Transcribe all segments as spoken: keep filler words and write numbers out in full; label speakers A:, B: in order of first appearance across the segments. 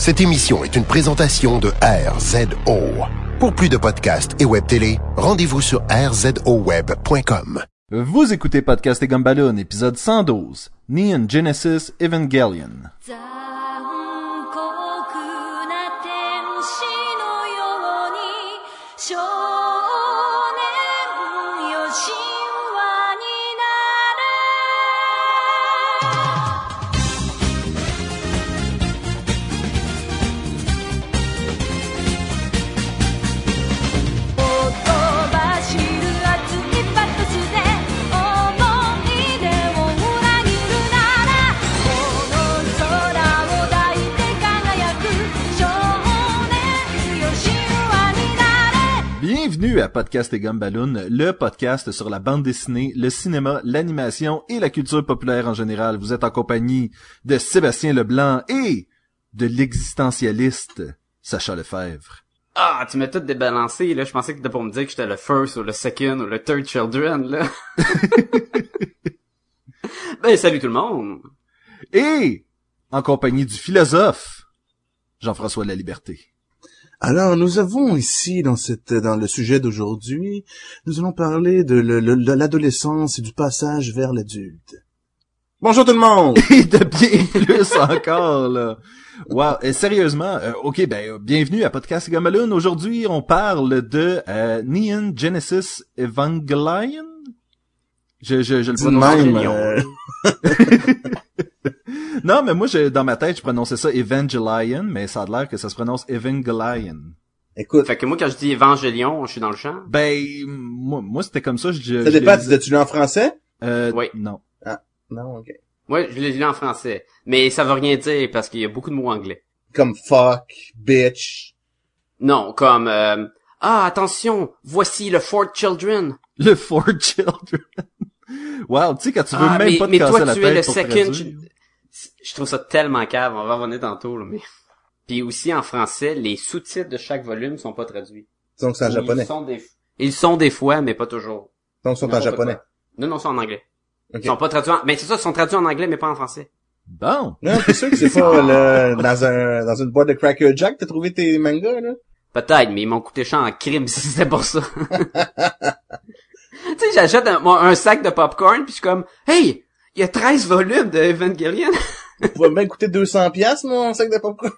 A: Cette émission est une présentation de R Z O. Pour plus de podcasts et web télé, rendez-vous sur r z o web point com.
B: Vous écoutez Podcast et Gumballoon, épisode cent douze, Neon Genesis Evangelion. Bienvenue à Podcast et Gumballoon, le podcast sur la bande dessinée, le cinéma, l'animation et la culture populaire en général. Vous êtes en compagnie de Sébastien Leblanc et de l'existentialiste Sacha Lefebvre.
C: Ah, tu m'as tout débalancé, là. Je pensais que t'étais pour me dire que j'étais le first ou le second ou le third children, là. Ben, salut tout le monde.
B: Et en compagnie du philosophe Jean-François de la Liberté.
D: Alors, nous avons ici, dans cette, dans le sujet d'aujourd'hui, nous allons parler de, le, le, de l'adolescence et du passage vers l'adulte. Bonjour tout le monde!
B: Et de bien plus encore, là. Wow, et sérieusement, euh, ok, ben, bienvenue à Podcast et Gumballoon. Aujourd'hui, on parle de euh, Neon Genesis Evangelion. Je, je, je le prononce
D: même. Euh...
B: Non, mais moi, je, dans ma tête, je prononçais ça Evangelion, mais ça a l'air que ça se prononce Evangelion.
D: Écoute.
C: Fait que moi, quand je dis Évangélion, je suis dans le champ.
B: Ben, moi, moi c'était comme ça. Je,
D: ça
B: je
D: dépend,
B: les...
D: tu l'as en français?
C: Euh, oui.
B: Non.
D: Ah, non, ok.
C: Moi, je l'ai lu en français. Mais ça veut rien dire parce qu'il y a beaucoup de mots anglais.
D: Comme fuck, bitch.
C: Non, comme, euh, ah, attention, voici le Four Children.
B: Le Four Children. Wow, tu sais, quand tu veux
C: ah,
B: même
C: mais,
B: pas te
C: mais
B: casser
C: toi,
B: la
C: tu
B: tête
C: es le
B: pour
C: second.
B: traduire.
C: Je trouve ça tellement cave, on va revenir tantôt, là, mais... Puis aussi, en français, les sous-titres de chaque volume sont pas traduits.
D: Donc c'est en
C: ils
D: japonais.
C: Sont des... Ils sont des fois, mais pas toujours.
D: Donc ils sont en japonais.
C: Quoi. Non, non, ils sont en anglais.
D: Okay.
C: Ils sont pas traduits en... Mais c'est ça, ils sont traduits en anglais, mais pas en français.
B: Bon.
D: Non, c'est sûr que c'est pas le, dans un, dans une boîte de Cracker Jack, t'as trouvé tes mangas, là?
C: Peut-être, mais ils m'ont coûté cher en crime si c'était pour ça. Tu sais, j'achète un, un sac de popcorn, puis je suis comme, hey, il y a treize volumes de Evangelion.
D: Ça pouvait bien coûter deux cents piastres, mon sac de popcorn.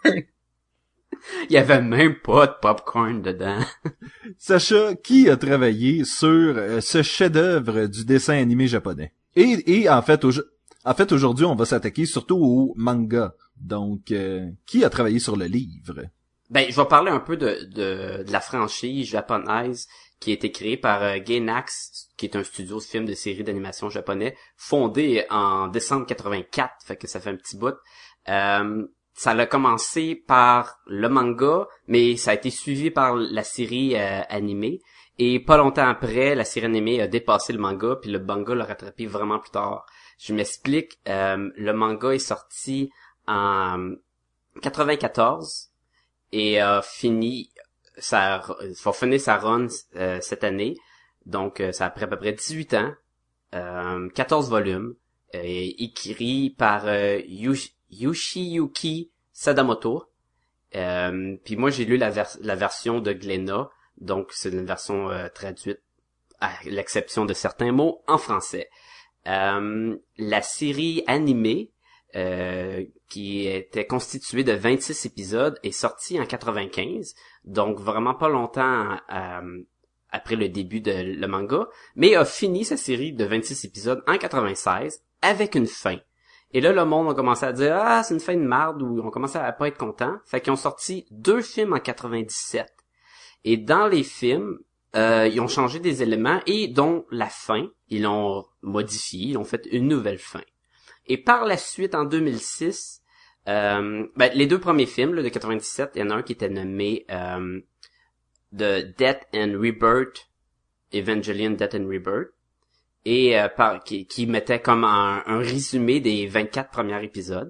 C: Il y avait même pas de popcorn dedans.
B: Sacha, qui a travaillé sur euh, ce chef-d'œuvre du dessin animé japonais? Et, et en fait, au, en fait, aujourd'hui, on va s'attaquer surtout au manga. Donc, euh, qui a travaillé sur le livre?
C: Ben, je vais parler un peu de, de, de la franchise japonaise qui a été créée par euh, Gainax, qui est un studio de films de séries d'animation japonais, fondé en décembre quatre-vingt-quatre, fait que ça fait un petit bout. Euh, ça a commencé par le manga, mais ça a été suivi par la série euh, animée. Et pas longtemps après, la série animée a dépassé le manga, puis le manga l'a rattrapé vraiment plus tard. Je m'explique, euh, le manga est sorti en quatre-vingt-quatorze et a fini, ça va finir sa run euh, cette année. Donc, euh, ça a pris à peu près dix-huit ans, euh, quatorze volumes, euh, écrit par euh, Yush- Yoshiyuki Sadamoto. Euh, puis moi, j'ai lu la, vers- la version de Glénat, donc c'est une version euh, traduite, à l'exception de certains mots, en français. Euh, la série animée, euh, qui était constituée de vingt-six épisodes, est sortie en quatre-vingt-quinze, donc vraiment pas longtemps euh, après le début de le manga, mais a fini sa série de vingt-six épisodes en quatre-vingt-seize avec une fin. Et là, le monde a commencé à dire « Ah, c'est une fin de marde » ou on commençait à pas être content. Fait qu'ils ont sorti deux films en quatre-vingt-dix-sept. Et dans les films, euh, ils ont changé des éléments et dont la fin, ils l'ont modifié, ils ont fait une nouvelle fin. Et par la suite, en deux mille six, euh, ben, les deux premiers films là, de quatre-vingt-dix-sept, il y en a un qui était nommé euh, The Death and Rebirth, Evangelion Death and Rebirth, et euh, par, qui, qui mettait comme un, un résumé des vingt-quatre premiers épisodes.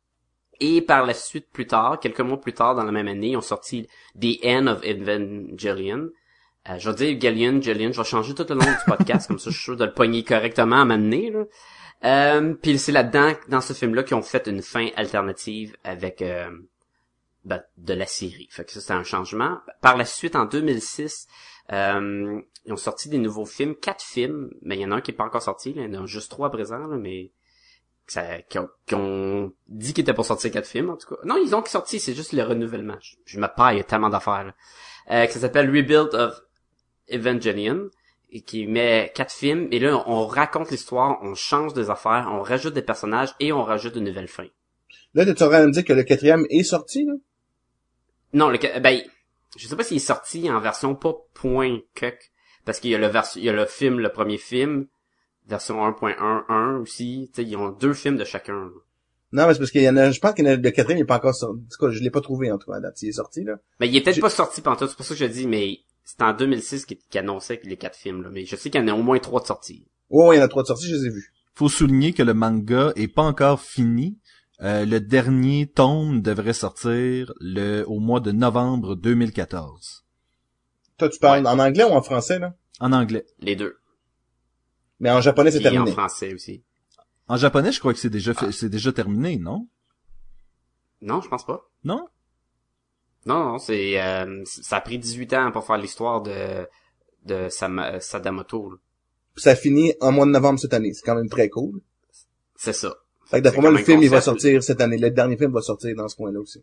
C: Et par la suite, plus tard, quelques mois plus tard dans la même année, ils ont sorti The End of Evangelion. Euh, je vais dire Gallion, Gallion, je vais changer tout le nom du podcast, comme ça je suis sûr de le pogner correctement à m'amener, là. Euh, puis c'est là-dedans, dans ce film-là, qu'ils ont fait une fin alternative avec euh, ben, de la série. Fait que ça, c'est un changement. Par la suite, en deux mille six, euh, ils ont sorti des nouveaux films, quatre films, mais il y en a un qui est pas encore sorti, là. Il y en a juste trois à présent, là, mais ça, qui, ont, qui ont dit qu'ils étaient pour sortir quatre films, en tout cas. Non, ils ont sorti, c'est juste le renouvellement. Je, je me paille, il y a tellement d'affaires, là. Euh, que ça s'appelle Rebuild of Evangelion, et qui met quatre films, et là, on raconte l'histoire, on change des affaires, on rajoute des personnages, et on rajoute de nouvelles fins.
D: Là, tu es en train de me dire que le quatrième est sorti, là?
C: Non, le, ben, je sais pas s'il est sorti en version pas point cuck, parce qu'il y a le vers, il y a le film, le premier film, version un point un aussi, tu sais, ils ont deux films de chacun. Là.
D: Non, mais c'est parce qu'il y en a, je pense que le quatrième il est pas encore sorti. En tout cas, je l'ai pas trouvé, en tout cas, à date. Il est sorti, là.
C: Mais il est peut-être
D: J'ai...
C: pas sorti pantoute, c'est pour ça que je dis, mais c'était en deux mille six qu'il, qu'il annonçait les quatre films, là. Mais je sais qu'il y en a au moins trois de sortis.
D: Ouais, ouais, il y en a trois de sortis, je les ai vus.
B: Faut souligner que le manga est pas encore fini. Euh, le dernier tome devrait sortir le au mois de novembre deux mille quatorze.
D: Toi, tu parles
C: ouais.
D: en anglais ou en français, là?
B: En anglais.
C: Les deux.
D: Mais en japonais, c'est
C: Et
D: terminé.
C: en français aussi.
B: En japonais, je crois que c'est déjà
C: ah.
B: c'est déjà terminé, non?
C: Non, je pense pas.
B: Non?
C: Non, non, c'est euh, ça a pris dix-huit ans pour faire l'histoire de de Sam, Sadamoto. Là.
D: Ça finit en mois de novembre cette année. C'est quand même très cool.
C: C'est ça.
D: Fait que d'après moi, le film, il va sortir cette année. Le dernier film va sortir dans ce coin-là aussi.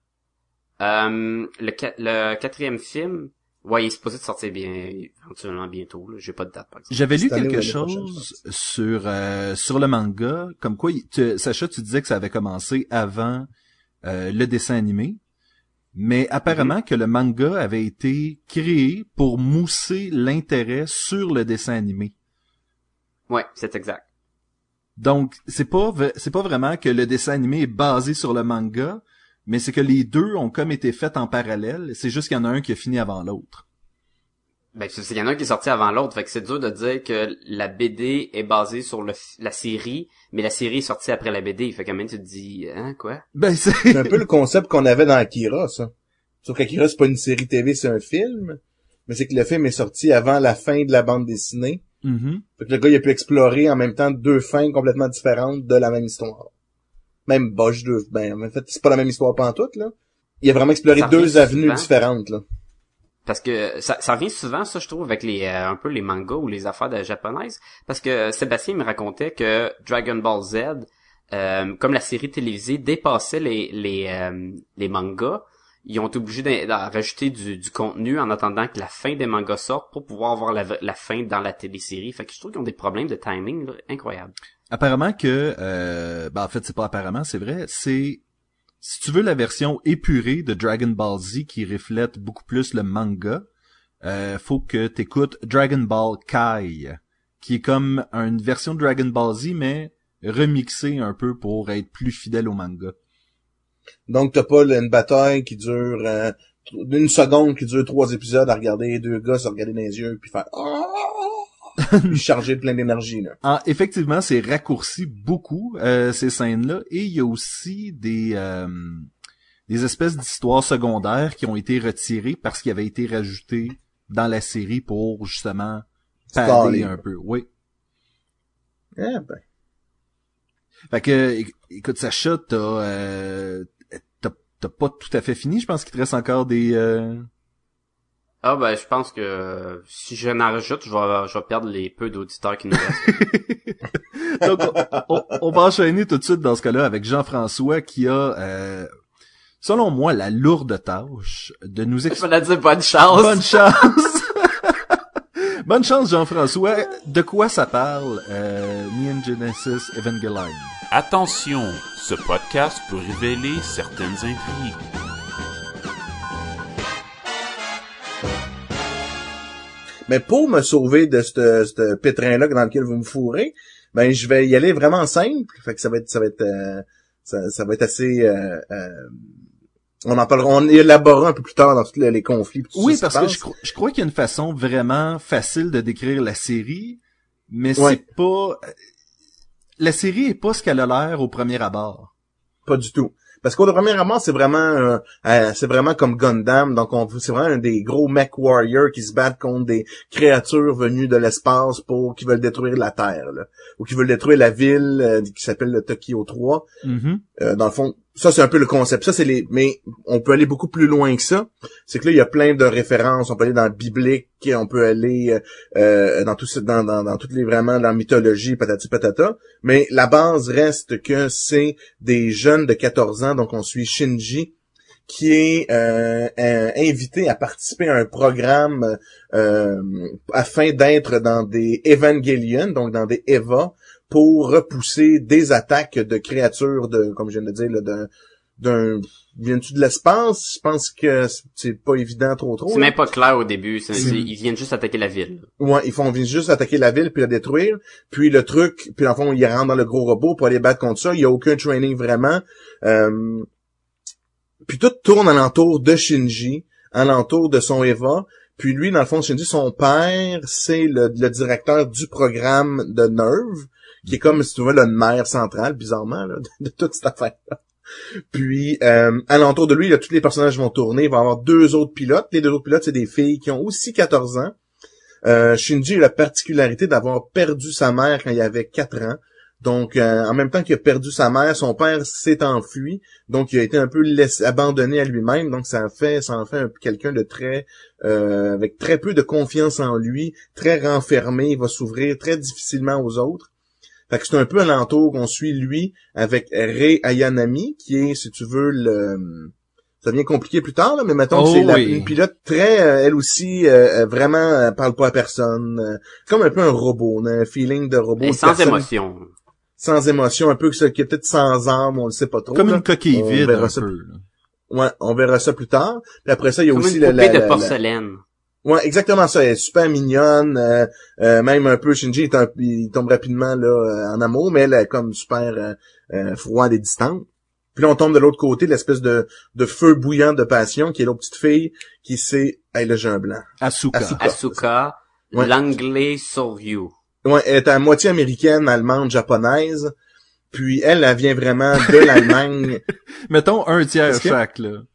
C: Euh, le, le quatrième film, ouais, il est supposé de sortir bien, éventuellement bientôt, là. J'ai pas de date, par exemple.
B: J'avais lu
D: Cette année
B: quelque
D: ou l'année
B: chose
D: prochaine,
B: sur euh, sur le manga, comme quoi, tu, Sacha, tu disais que ça avait commencé avant euh, le dessin animé, mais apparemment mm-hmm. que le manga avait été créé pour mousser l'intérêt sur le dessin animé.
C: Ouais, c'est exact.
B: Donc, c'est pas c'est pas vraiment que le dessin animé est basé sur le manga, mais c'est que les deux ont comme été faits en parallèle. C'est juste qu'il y en a un qui a fini avant l'autre.
C: Ben, il y en a un qui est sorti avant l'autre, fait que c'est dur de dire que la B D est basée sur le, la série, mais la série est sortie après la B D. Fait que quand même, tu te dis, hein, quoi?
B: Ben, c'est...
D: c'est un peu le concept qu'on avait dans Akira, ça. Sauf qu'Akira, c'est pas une série T V, c'est un film. Mais c'est que le film est sorti avant la fin de la bande dessinée.
B: Mm-hmm.
D: Fait que le gars, il a pu explorer en même temps deux fins complètement différentes de la même histoire. Même Bosch, deux, ben, en fait, c'est pas la même histoire pantoute, là. Il a vraiment exploré ça deux avenues souvent. différentes, là.
C: Parce que ça, ça revient souvent, ça, je trouve, avec les euh, un peu les mangas ou les affaires de japonaises. Parce que Sébastien me racontait que Dragon Ball Z, euh, comme la série télévisée, dépassait les les euh, les mangas. Ils ont été obligés de, de rajouter du, du contenu en attendant que la fin des mangas sorte pour pouvoir avoir la, la fin dans la télésérie. Fait que je trouve qu'ils ont des problèmes de timing là, incroyables.
B: Apparemment que, euh, ben en fait c'est pas apparemment, c'est vrai, c'est si tu veux la version épurée de Dragon Ball Z qui reflète beaucoup plus le manga, euh, faut que t'écoutes Dragon Ball Kai, qui est comme une version de Dragon Ball Z mais remixée un peu pour être plus fidèle au manga.
D: Donc t'as pas une bataille qui dure euh, une seconde, qui dure trois épisodes à regarder deux gars se regarder dans les yeux puis faire puis charger plein d'énergie là.
B: Ah, effectivement, c'est raccourci beaucoup euh, ces scènes-là et il y a aussi des euh, des espèces d'histoires secondaires qui ont été retirées parce qu'ils avaient été rajoutés dans la série pour justement pader un peu. Oui.
D: Eh ben.
B: Fait que, écoute, Sacha, t'as, euh, t'as, t'as pas tout à fait fini. Je pense qu'il te reste encore des... Euh...
C: Ah ben, je pense que si je n'en rajoute, je vais, je vais perdre les peu d'auditeurs qui nous restent.
B: Donc, on, on, on va enchaîner tout de suite dans ce cas-là avec Jean-François qui a, euh, selon moi, la lourde tâche de nous expliquer...
C: Je vais dire bonne chance.
B: Bonne chance. Bonne chance, Jean-François. De quoi ça parle, euh, Neon Genesis Evangelion?
E: Attention, ce podcast peut révéler certaines intrigues.
D: Mais pour me sauver de ce ce pétrin-là dans lequel vous me fourrez, ben je vais y aller vraiment simple. Fait que ça va être, ça va être, euh, ça, ça va être assez. Euh, euh, on en parlera, on élaborera un peu plus tard dans tous les, les conflits. Tout
B: oui,
D: ça,
B: parce que je, cro- je crois qu'il y a une façon vraiment facile de décrire la série, mais
D: ouais.
B: c'est pas. La série est pas ce qu'elle a l'air au premier abord.
D: Pas du tout. Parce qu'au premier abord, c'est vraiment, euh, euh, c'est vraiment comme Gundam. Donc, on, c'est vraiment des gros mech warriors qui se battent contre des créatures venues de l'espace pour qui veulent détruire la Terre, là, ou qui veulent détruire la ville euh, qui s'appelle le Tokyo trois.
B: Mm-hmm.
D: Euh, dans le fond, ça, c'est un peu le concept. Ça, c'est les, mais on peut aller beaucoup plus loin que ça. C'est que là, il y a plein de références. On peut aller dans le biblique, on peut aller, euh, dans tout dans, dans, dans toutes les, vraiment, dans la mythologie, patati patata. Mais la base reste que c'est des jeunes de quatorze ans. Donc, on suit Shinji, qui est euh, euh, invité à participer à un programme euh, afin d'être dans des Evangelion, donc dans des Eva, pour repousser des attaques de créatures de, comme je viens de dire, là, d'un, d'un, viens-tu de l'espace? Je pense que c'est pas évident trop trop.
C: C'est
D: là.
C: même pas clair au début. C'est, c'est, ils viennent juste attaquer la ville.
D: Ouais, ils font ils viennent juste attaquer la ville puis la détruire. Puis le truc, puis en fond, ils rentrent dans le gros robot pour aller battre contre ça. Il y a aucun training vraiment. Euh, puis tout tourne alentour de Shinji, alentour de son Eva. Puis lui, dans le fond, Shinji, son père, c'est le, le directeur du programme de Nerve, qui est comme, si tu veux, le nerf central, bizarrement, là, de, de toute cette affaire-là. Puis, euh, alentour de lui, là, tous les personnages vont tourner. Il va y avoir deux autres pilotes. Les deux autres pilotes, c'est des filles qui ont aussi quatorze ans. Euh, Shinji a la particularité d'avoir perdu sa mère quand il avait quatre ans. Donc, euh, en même temps qu'il a perdu sa mère, son père s'est enfui. Donc, il a été un peu laissé, abandonné à lui-même. Donc, ça en fait, ça en fait un, quelqu'un de très, euh, avec très peu de confiance en lui, très renfermé. Il va s'ouvrir très difficilement aux autres. Fait que c'est un peu alentour qu'on suit lui avec Rei Ayanami, qui est, si tu veux, le... Ça devient compliqué plus tard, là, mais mettons
B: oh,
D: que c'est la,
B: oui.
D: une pilote très, euh, elle aussi, euh, vraiment, euh, parle pas à personne. Euh, comme un peu un robot, on a un feeling de robot.
C: Et sans
D: personne,
C: émotion.
D: Sans émotion, un peu que ça, qui est peut-être sans âme, on le sait pas trop.
B: Comme
D: là.
B: une coquille
D: On
B: vide,
D: verra
B: un
D: ça
B: peu.
D: plus... Ouais, on verra ça plus tard. Puis après ça, il y a
C: Comme
D: aussi
C: une
D: la,
C: poupée
D: la,
C: de
D: la,
C: porcelaine.
D: Ouais, exactement ça. Elle est super mignonne, euh, euh, même un peu Shinji, il, un, il tombe rapidement là euh, en amour, mais elle est comme super euh, euh, froide et distante. Puis là, on tombe de l'autre côté, l'espèce de, de feu bouillant de passion, qui est l'autre petite fille, qui c'est, hey, là, j'ai un blanc.
B: Asuka.
D: Asuka.
C: Asuka,
D: Ouais.
C: l'anglais Soryu.
D: Ouais, elle est à moitié américaine, allemande, japonaise. Puis elle, elle vient vraiment de l'Allemagne.
B: Mettons un tiers
D: Est-ce que-
B: chaque, là.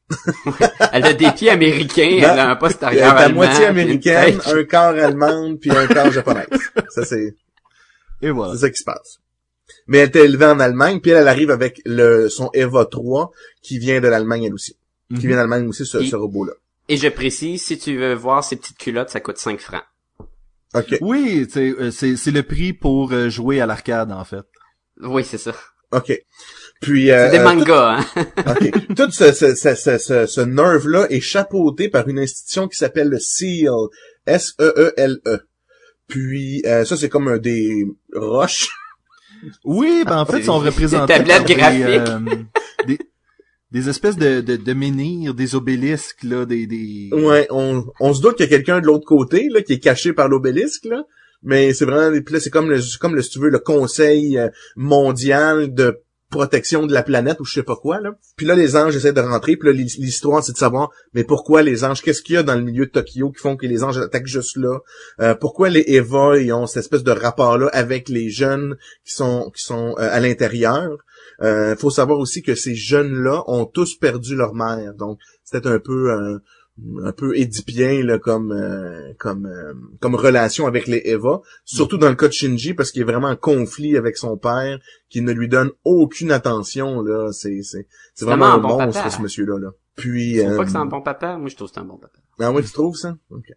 C: Elle a des pieds américains, elle a un poste
D: Elle est
C: arrière
D: à
C: allemand.
D: moitié
C: puis une
D: américaine,
C: tête.
D: un quart allemande, puis un quart japonaise. Ça, c'est...
B: Et voilà.
D: C'est ça qui se passe. Mais elle était élevée en Allemagne, puis elle, elle arrive avec le son Eva trois, qui vient de l'Allemagne, elle aussi.
B: Mhm.
D: Qui vient d'Allemagne aussi, ce,
C: Et-
D: ce robot-là.
C: Et je précise, si tu veux voir ces petites culottes, ça coûte cinq francs.
D: OK.
B: Oui, tu sais, euh, c'est, c'est le prix pour euh, jouer à l'arcade, en fait.
C: Oui, c'est ça.
D: OK. Puis, euh,
C: C'est des
D: euh,
C: mangas, hein.
D: OK. Tout ce, ce, ce, ce, ce, ce nerve-là est chapeauté par une institution qui s'appelle le SEAL. S E E L E. Puis, euh, ça, c'est comme un des roches.
B: Oui, ben en fait,
C: C'est-
B: ils sont représentés
C: des tablettes
B: par des,
C: graphiques.
B: euh, des, des espèces de, de, de menhirs, des obélisques, là, des... des...
D: Ouais, on, on se doute qu'il y a quelqu'un de l'autre côté, là, qui est caché par l'obélisque, là. Mais c'est vraiment, puis là, c'est comme le, c'est comme le, si tu veux, le conseil euh, mondial de protection de la planète ou je sais pas quoi, là. Puis là, les anges essaient de rentrer, puis là, l'histoire, c'est de savoir, mais pourquoi les anges, qu'est-ce qu'il y a dans le milieu de Tokyo qui font que les anges attaquent juste là? Euh, pourquoi les Eva, ils ont cette espèce de rapport-là avec les jeunes qui sont, qui sont euh, à l'intérieur? Euh, faut savoir aussi que ces jeunes-là ont tous perdu leur mère, donc c'était un peu euh, un peu édipien là comme euh, comme euh, comme relation avec les Eva, surtout dans le cas de Shinji parce qu'il est vraiment en conflit avec son père qui ne lui donne aucune attention là, c'est c'est c'est vraiment un,
C: un bon
D: monstre
C: papa.
D: ce monsieur-là là. Puis
C: Tu trouves
D: euh,
C: pas que c'est un bon papa? Moi, je trouve que c'est un bon papa.
D: ah ouais, tu trouves ça? OK.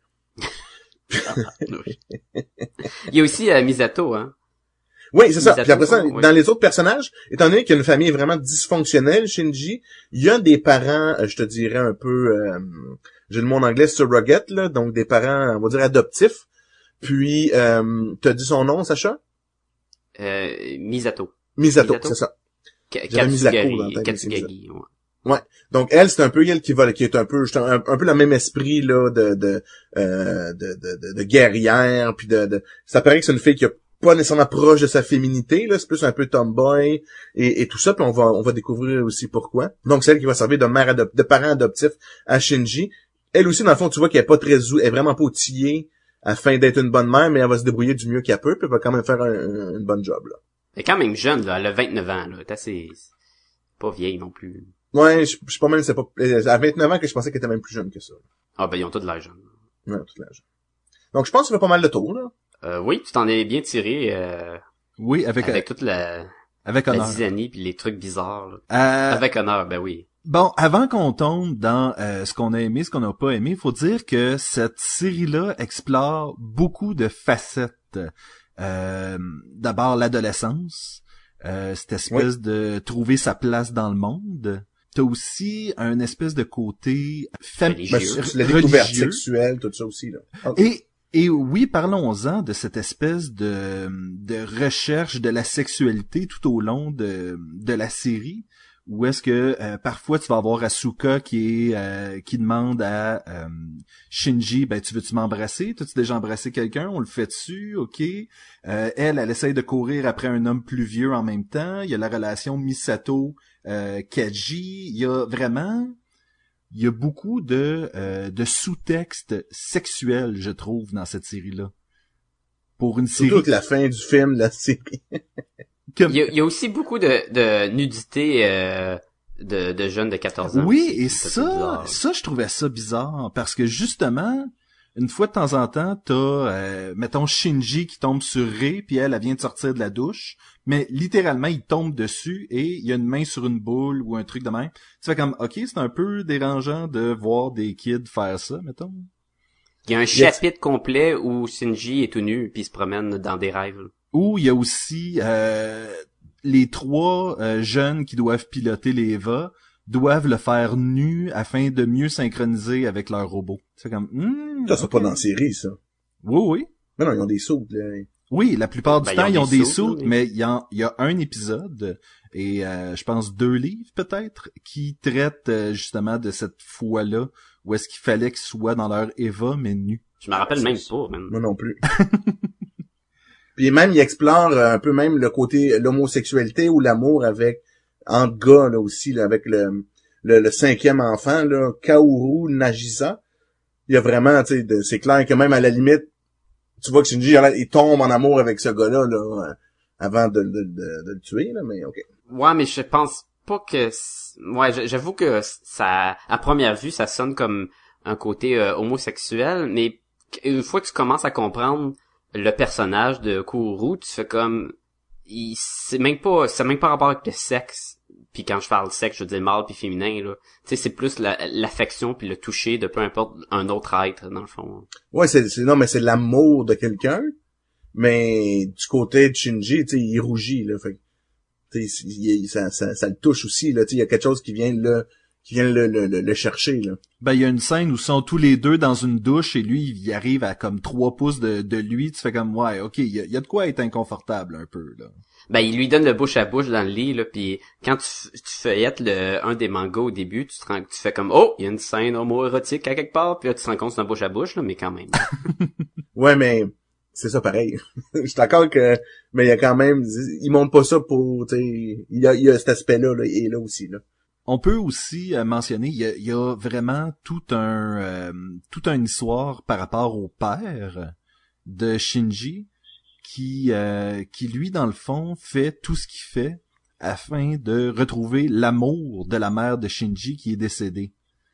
C: Oui. Il y a aussi euh, Misato, hein.
D: Oui, c'est ça.
C: Misato,
D: Puis après ça,
C: oui.
D: dans les autres personnages, étant donné qu'il y a une famille vraiment dysfonctionnelle, Shinji, il y a des parents, euh, je te dirais un peu, euh, j'ai le mot en anglais, surrogate, là, donc des parents, on va dire adoptifs. Puis, euh, t'as dit son nom, Sacha?
C: Euh, Misato.
D: Misato,
C: Misato?
D: c'est ça.
C: Ka-
D: J'avais Misako dans
C: Katsugari.
D: la tête,
C: Katsugagi, ouais.
D: Ouais. Donc elle, c'est un peu elle qui va, qui est un peu, un, un peu le même esprit là de de euh, de, de, de, de guerrière, puis de, de, ça paraît que c'est une fille qui a pas nécessairement proche de sa féminité là, c'est plus un peu tomboy et, et tout ça, puis on va on va découvrir aussi pourquoi. Donc c'est elle qui va servir de mère adop- de parent adoptif à Shinji. Elle aussi dans le fond, tu vois qu'elle est pas très zou- elle est vraiment pas outillée afin d'être une bonne mère, mais elle va se débrouiller du mieux qu'elle peut, puis elle va quand même faire un, un, une bonne job là.
C: Elle est quand même jeune, là. Elle a vingt-neuf ans, là. Elle est assez... pas vieille non plus.
D: Ouais, je je suis pas même, c'est pas à vingt-neuf ans que je pensais qu'elle était même plus jeune que ça.
C: Ah, ben, ils ont tous de l'âge jeune.
D: Ouais, tout l'âge. Donc je pense que ça fait pas mal de tour là.
C: Euh, oui, tu t'en es bien tiré, euh,
B: Oui, avec,
C: avec toute la,
B: Avec
C: La
B: honneur.
C: zizanie puis les trucs bizarres. Là.
B: Euh,
C: Avec honneur, ben oui.
B: Bon, avant qu'on tombe dans euh, ce qu'on a aimé, ce qu'on n'a pas aimé, il faut dire que cette série-là explore beaucoup de facettes. Euh, d'abord, l'adolescence, euh, cette espèce oui. de trouver sa place dans le monde. T'as aussi un espèce de côté fam-
D: ben, la découverte sexuelle, tout ça aussi là. Okay.
B: Et et oui, parlons-en de cette espèce de de recherche de la sexualité tout au long de de la série. Où est-ce que euh, parfois tu vas avoir Asuka qui est euh, qui demande à euh, Shinji, ben tu veux-tu m'embrasser? T'as-tu déjà embrassé quelqu'un? On le fait dessus, ok. Euh, elle, elle essaye de courir après un homme plus vieux en même temps. Il y a la relation Misato euh, Kaji. Il y a vraiment, il y a beaucoup de euh, de sous-textes sexuels, je trouve, dans cette série-là. Pour une série.
D: Surtout que la fin du film, la série.
C: Comme... Il, y a, il y a aussi beaucoup de, de nudité euh, de, de jeunes de quatorze ans.
B: Oui, et ça, ça, je trouvais ça bizarre, parce que justement, une fois de temps en temps, t'as, euh, mettons, Shinji qui tombe sur Rei, puis elle, elle vient de sortir de la douche, mais littéralement, il tombe dessus, et il y a une main sur une boule, ou un truc de même. Tu fais comme, ok, c'est un peu dérangeant de voir des kids faire ça, mettons.
C: Il y a un chapitre complet où Shinji est tout nu, puis il se promène dans des rêves.
B: Où il y a aussi euh, les trois euh, jeunes qui doivent piloter les Eva doivent le faire nu afin de mieux synchroniser avec leur robot. C'est comme hmm,
D: ça, c'est okay. Pas dans la série, ça.
B: Oui, oui.
D: Mais non, ils ont des sauts, là.
B: Oui, la plupart du
C: ben,
B: temps,
C: ils ont
B: ils ont des
C: sauts,
B: sauts, mais il y, en, il y a un épisode et euh, je pense deux livres peut-être qui traitent euh, justement de cette fois-là où est-ce qu'il fallait qu'ils soient dans leur Eva mais nus.
C: Je me rappelle même pas, même.
D: Moi non plus. Puis même, il explore un peu même le côté, l'homosexualité ou l'amour avec, entre gars, là, aussi, là, avec le, le, le cinquième enfant, là, Kaoru Nagisa. Il y a vraiment, tu sais, c'est clair que même à la limite, tu vois que Shinji, il tombe en amour avec ce gars-là, là, avant de, de, de, de le tuer, là, mais ok.
C: Ouais, mais je pense pas que, ouais, j'avoue que ça, à première vue, ça sonne comme un côté euh, homosexuel, mais une fois que tu commences à comprendre le personnage de Kaoru, tu fais comme, il, c'est même pas, c'est même pas rapport avec le sexe. Puis quand je parle sexe, je veux dire mâle puis féminin, là. Tu sais, c'est plus la, l'affection puis le toucher de peu importe un autre être, dans le fond.
D: Ouais, c'est, c'est non, mais c'est l'amour de quelqu'un. Mais du côté de Shinji, tu sais, il rougit, là. Fait, tu sais, il, ça, ça, ça le touche aussi, là. Tu sais, il y a quelque chose qui vient le, qui vient le, le, le, le chercher, là.
B: Ben, il y a une scène où ils sont tous les deux dans une douche et lui, il arrive à comme trois pouces de, de lui. Tu fais comme, ouais, ok, il y a, il y a de quoi être inconfortable un peu, là.
C: Ben, il lui donne le bouche à bouche dans le lit, là, puis quand tu, tu feuillettes le, un des mangas au début, tu te rends, tu fais comme, oh, il y a une scène homo-érotique à quelque part, puis là, tu te rends compte que c'est un bouche à bouche, là, mais quand même.
D: Ouais, mais c'est ça pareil. Je suis d'accord que, mais il y a quand même, ils montrent pas ça pour, tu sais, il y a, il y a cet aspect-là, là, et là aussi, là.
B: On peut aussi euh, mentionner, il y a, il y a vraiment tout un, euh, toute une histoire par rapport au père de Shinji, qui euh, qui lui dans le fond fait tout ce qu'il fait afin de retrouver l'amour de la mère de Shinji qui est décédée.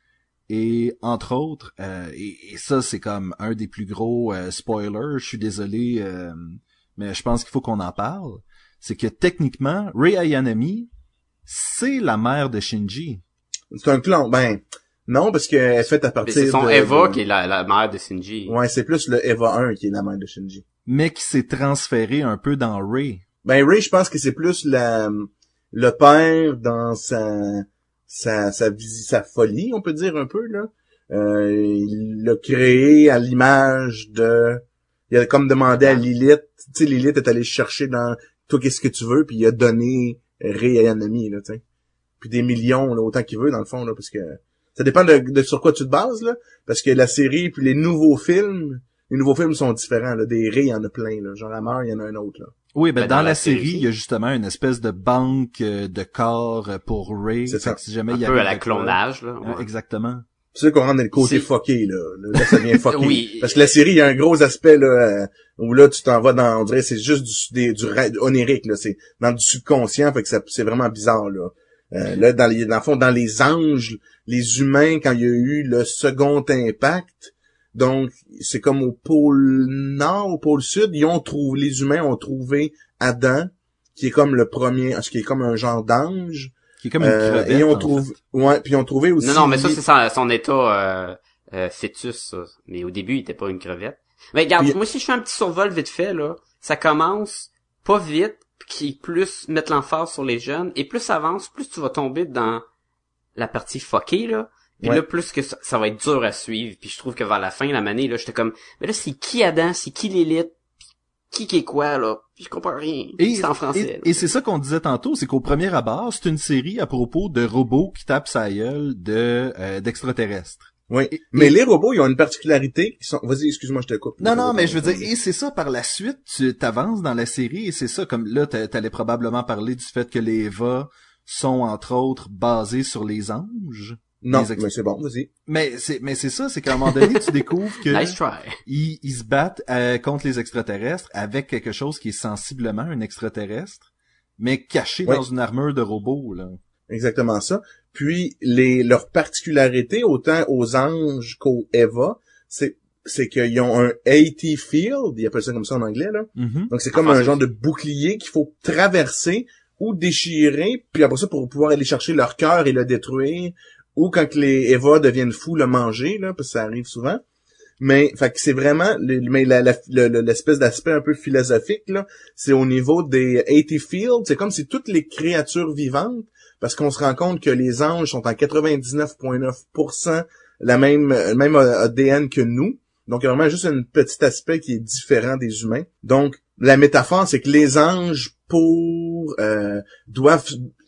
B: Et entre autres, euh, et, et ça c'est comme un des plus gros euh, spoilers, je suis désolé, euh, mais je pense qu'il faut qu'on en parle, c'est que techniquement, Rei Ayanami, c'est la mère de Shinji.
D: C'est un clone, ben non, parce qu'elle est faite à partir de...
C: C'est son
D: de,
C: Eva
D: de...
C: qui est la, la mère de Shinji.
D: Ouais, c'est plus le Eva un qui est la mère de Shinji.
B: Mais qui s'est transféré un peu dans Rei.
D: Ben Rei, je pense que c'est plus la le père dans sa sa sa, sa folie, on peut dire un peu là. Euh, il l'a créé à l'image de, il a comme demandé à Lilith, tu sais, Lilith est allée chercher dans toi qu'est-ce que tu veux, puis il a donné Rei à Yanami là, tu sais. Puis des millions là, autant qu'il veut dans le fond là, parce que ça dépend de, de sur quoi tu te bases là, parce que la série puis les nouveaux films, les nouveaux films sont différents là, des Rei il y en a plein là, genre la mort, il y en a un autre là.
B: Oui, ben, ben dans, dans la, la série,
C: série,
B: il y a justement une espèce de banque de corps pour Rei.
D: C'est ça.
B: Si jamais
C: un
B: il y
C: peu
B: avait
C: à la clonage là.
B: Ouais. Exactement.
D: C'est ça qu'on rentre dans le côté
C: c'est...
D: fucké là. Là, ça devient fucké.
C: Oui.
D: Parce que la série, il y a un gros aspect là où là tu t'en vas dans, on dirait c'est juste du des, du onirique là, c'est dans du subconscient, fait que ça, c'est vraiment bizarre là. Euh, là dans les dans le fond dans les anges, les humains quand il y a eu le second impact, donc c'est comme au pôle nord, au pôle sud, ils ont trouvé les humains ont trouvé Adam qui est comme le premier, ce qui est comme un genre d'ange.
B: Qui est comme une
D: euh,
B: crevette,
D: et on
B: en
D: trouve,
B: fait.
D: ouais, puis on trouvait aussi.
C: Non, non, mais ça, c'est son, son état, euh, euh, fœtus, ça. Mais au début, il était pas une crevette. Mais regarde,
D: puis...
C: moi, si je fais un petit survol vite fait, là, ça commence pas vite, qui plus mettre l'emphase sur les jeunes, et plus ça avance, plus tu vas tomber dans la partie fuckée, là. Puis
D: ouais.
C: là, plus que ça, ça va être dur à suivre. Puis je trouve que vers la fin, la manée, là, j'étais comme, mais là, c'est qui Adam? C'est qui l'élite? Qui qui est quoi, là? Puis je comprends rien.
B: Et,
C: c'est en français.
B: et, et c'est ça qu'on disait tantôt, c'est qu'au premier abord, c'est une série à propos de robots qui tapent sa gueule de, euh, d'extraterrestres.
D: Oui,
B: et,
D: mais
B: et...
D: les robots, ils ont une particularité qui sont... Vas-y, excuse-moi, je te coupe.
B: Non, non, mais je veux dire, et c'est ça, par la suite, tu t'avances dans la série, et c'est ça, comme là, t'allais probablement parler du fait que les Eva sont, entre autres, basés sur les anges.
D: Non,
B: ex...
D: mais c'est bon, vas-y.
B: Mais c'est, mais c'est ça, c'est qu'à un moment donné, tu découvres que
C: nice try.
B: Ils, ils se battent euh, contre les extraterrestres avec quelque chose qui est sensiblement un extraterrestre, mais caché
D: oui.
B: dans une armure de robot, là.
D: Exactement ça. Puis les leurs particularités, autant aux anges qu'aux Eva, c'est c'est qu'ils ont un AT field, ils appellent ça comme ça en anglais là.
B: Mm-hmm.
D: Donc c'est comme
C: enfin,
D: un genre de bouclier qu'il faut traverser ou déchirer, puis après ça pour pouvoir aller chercher leur cœur et le détruire. Ou quand les Eva deviennent fous, le manger, là, parce que ça arrive souvent. Mais, fait que c'est vraiment, le, mais la, la, le, l'espèce d'aspect un peu philosophique, là, c'est au niveau des AT Fields, c'est comme si toutes les créatures vivantes, parce qu'on se rend compte que les anges sont en quatre-vingt-dix-neuf virgule neuf pour cent la même, même A D N que nous. Donc, il y a vraiment juste un petit aspect qui est différent des humains. Donc, la métaphore, c'est que les anges, pour, euh, doivent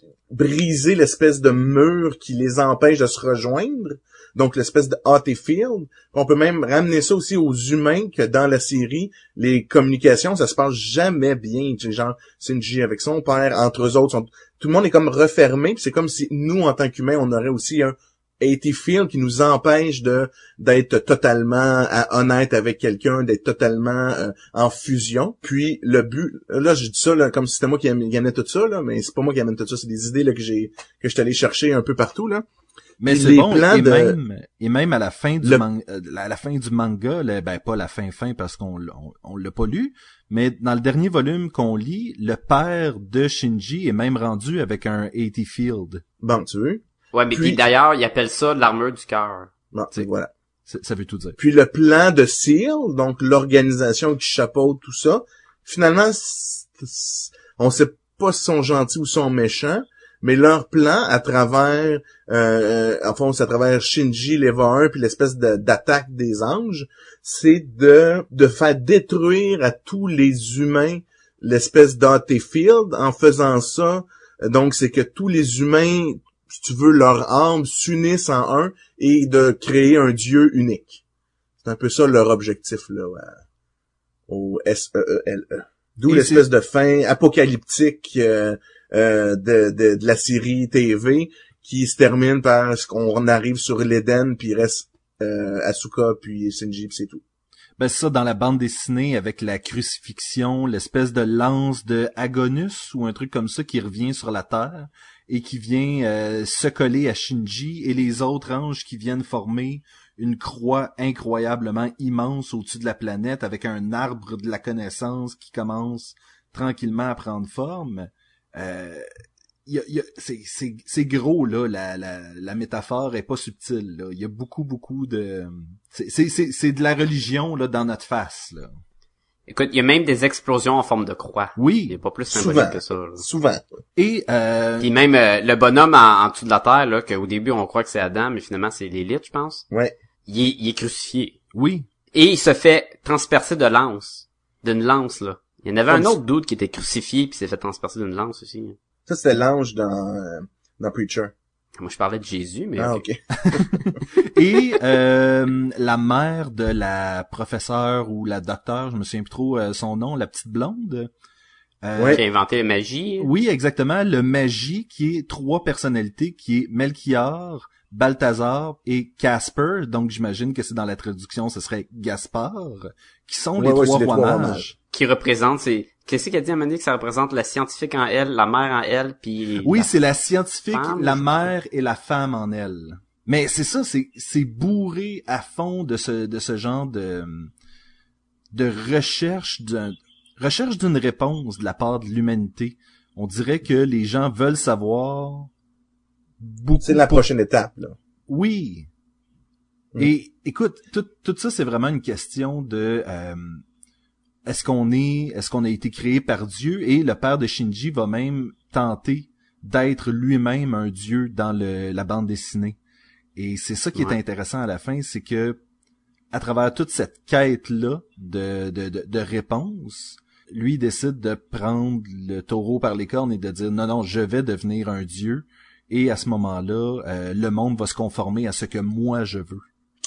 D: briser l'espèce de mur qui les empêche de se rejoindre, donc l'espèce de A T field. On peut même ramener ça aussi aux humains, que dans la série, les communications, ça se passe jamais bien. Tu sais, genre, Shinji avec son père, entre eux autres, sont... tout le monde est comme refermé, puis c'est comme si nous, en tant qu'humains, on aurait aussi un A T field qui nous empêche de d'être totalement euh, honnête avec quelqu'un, d'être totalement euh, en fusion. Puis le but, là je dis ça là, comme si c'était moi qui amenais tout ça là, mais c'est pas moi qui amène tout ça, c'est des idées là que j'ai que je suis allé chercher un peu partout là.
B: Mais
D: Puis
B: c'est
D: les
B: bon,
D: plans
B: et
D: de...
B: même et même à la fin du
D: le...
B: man... à la fin du manga, le... ben pas la fin fin parce qu'on on, on l'a pas lu, mais dans le dernier volume qu'on lit, le père de Shinji est même rendu avec un A T field.
D: Bon, tu veux?
C: Ouais, mais
D: puis,
C: puis d'ailleurs, ils appellent ça l'armure du cœur.
D: Bon,
B: T'sais,
D: voilà.
B: Ça veut tout dire.
D: Puis le plan de Seal, donc l'organisation qui chapeaute tout ça, finalement, c'est, c'est, on sait pas si sont gentils ou sont méchants, mais leur plan à travers, euh, en fond, c'est à travers Shinji, l'Eva un, puis l'espèce de, d'attaque des anges, c'est de de faire détruire à tous les humains l'espèce d'A T field. En faisant ça, donc c'est que tous les humains, si tu veux, leur âme s'unissent en un et de créer un dieu unique. C'est un peu ça leur objectif, là, au S E E L E. D'où et l'espèce c'est... de fin apocalyptique euh, euh, de, de, de la série T V qui se termine par ce qu'on arrive sur l'Éden, puis il reste euh, Asuka, puis Shinji, puis c'est tout.
B: Ben c'est ça, dans la bande dessinée, avec la crucifixion, l'espèce de lance de Agonus, ou un truc comme ça, qui revient sur la Terre, et qui vient euh, se coller à Shinji, et les autres anges qui viennent former une croix incroyablement immense au-dessus de la planète, avec un arbre de la connaissance qui commence tranquillement à prendre forme. Euh, y a, y a, c'est, c'est, c'est gros, là, la, la, la métaphore est pas subtile, là. Il y a beaucoup, beaucoup de... C'est, c'est, c'est, c'est de la religion, là, dans notre face, là.
C: Écoute, il y a même des explosions en forme de croix.
B: Oui.
C: Il n'y a pas plus symbolique que ça. Là.
D: Souvent.
B: Et euh...
C: Puis même euh, le bonhomme en, en dessous de la terre, là, qu'au début on croit que c'est Adam, mais finalement c'est l'élite, je pense.
D: Ouais.
C: Il est, il est crucifié.
B: Oui.
C: Et il se fait transpercer de lance. D'une lance, là. Il y en avait
D: Comme
C: un autre dude qui était crucifié puis s'est fait transpercer d'une lance aussi.
D: Ça, c'était l'ange dans, euh, dans Preacher.
C: Moi, je parlais de Jésus, mais...
D: Ah,
C: ok.
D: ok.
B: Et euh, la mère de la professeure ou la docteure, je me souviens plus trop euh, son nom, la petite blonde.
C: Euh, ouais. Qui a inventé la magie.
B: Oui, exactement. Le magie qui est trois personnalités, qui est Melchior, Balthazar et Casper. Donc, j'imagine que c'est dans la traduction, ce serait Gaspard, qui sont ouais, les, ouais, trois rois mages. mages.
C: Qui représentent, c'est... Qu'est-ce qu'elle dit à un moment donné que ça représente la scientifique en elle, la mère en elle, puis...
B: Oui, c'est la scientifique,
C: femme,
B: la mère et la femme en elle. Mais c'est ça, c'est c'est bourré à fond de ce de ce genre de de recherche d'un recherche d'une réponse de la part de l'humanité On dirait que les gens veulent savoir beaucoup.
D: C'est la prochaine étape, là.
B: Oui. Mm. Et écoute, tout, tout ça, c'est vraiment une question de euh, est-ce qu'on est, est-ce qu'on a été créé par Dieu? Et le père de Shinji va même tenter d'être lui-même un dieu dans le, la bande dessinée. Et c'est ça qui ouais. est intéressant à la fin, c'est que à travers toute cette quête-là de, de, de, de réponse, lui décide de prendre le taureau par les cornes et de dire non, non, je vais devenir un dieu. Et à ce moment-là, euh, le monde va se conformer à ce que moi je veux.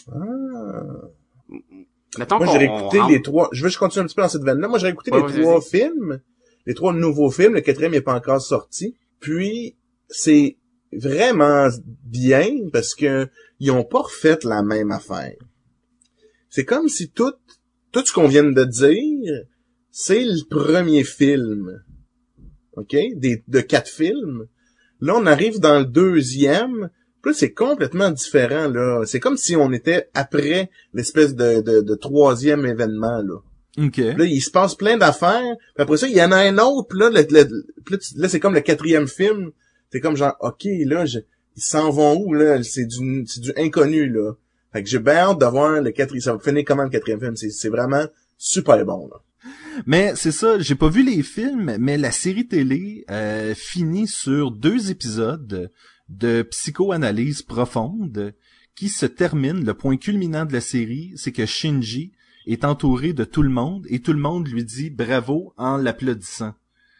D: Ah.
C: Mettons
D: moi, j'ai réécouté on... les trois... Je veux juste continuer un petit peu dans cette veine-là. Moi, j'ai réécouté ouais, les trois y films. Les trois nouveaux films. Le quatrième n'est pas encore sorti. Puis, c'est vraiment bien parce que ils ont pas refait la même affaire. C'est comme si tout, tout ce qu'on vient de dire, c'est le premier film. OK? Des, de quatre films. Là, on arrive dans le deuxième. Puis là, c'est complètement différent, là. C'est comme si on était après l'espèce de, de, de troisième événement, là.
B: OK.
D: Là, il se passe plein d'affaires. Puis après ça, il y en a un autre. Puis là, le, le, le, là, c'est comme le quatrième film. C'est comme genre, OK, là, je, ils s'en vont où, là? C'est du, c'est du inconnu, là. Fait que j'ai bien hâte de voir le quatrième. Ça va finir comment le quatrième film? C'est, c'est vraiment super bon, là.
B: Mais c'est ça, j'ai pas vu les films, mais la série télé euh, finit sur deux épisodes de psychoanalyse profonde qui se termine. Le point culminant de la série, c'est que Shinji est entouré de tout le monde et tout le monde lui dit bravo en l'applaudissant.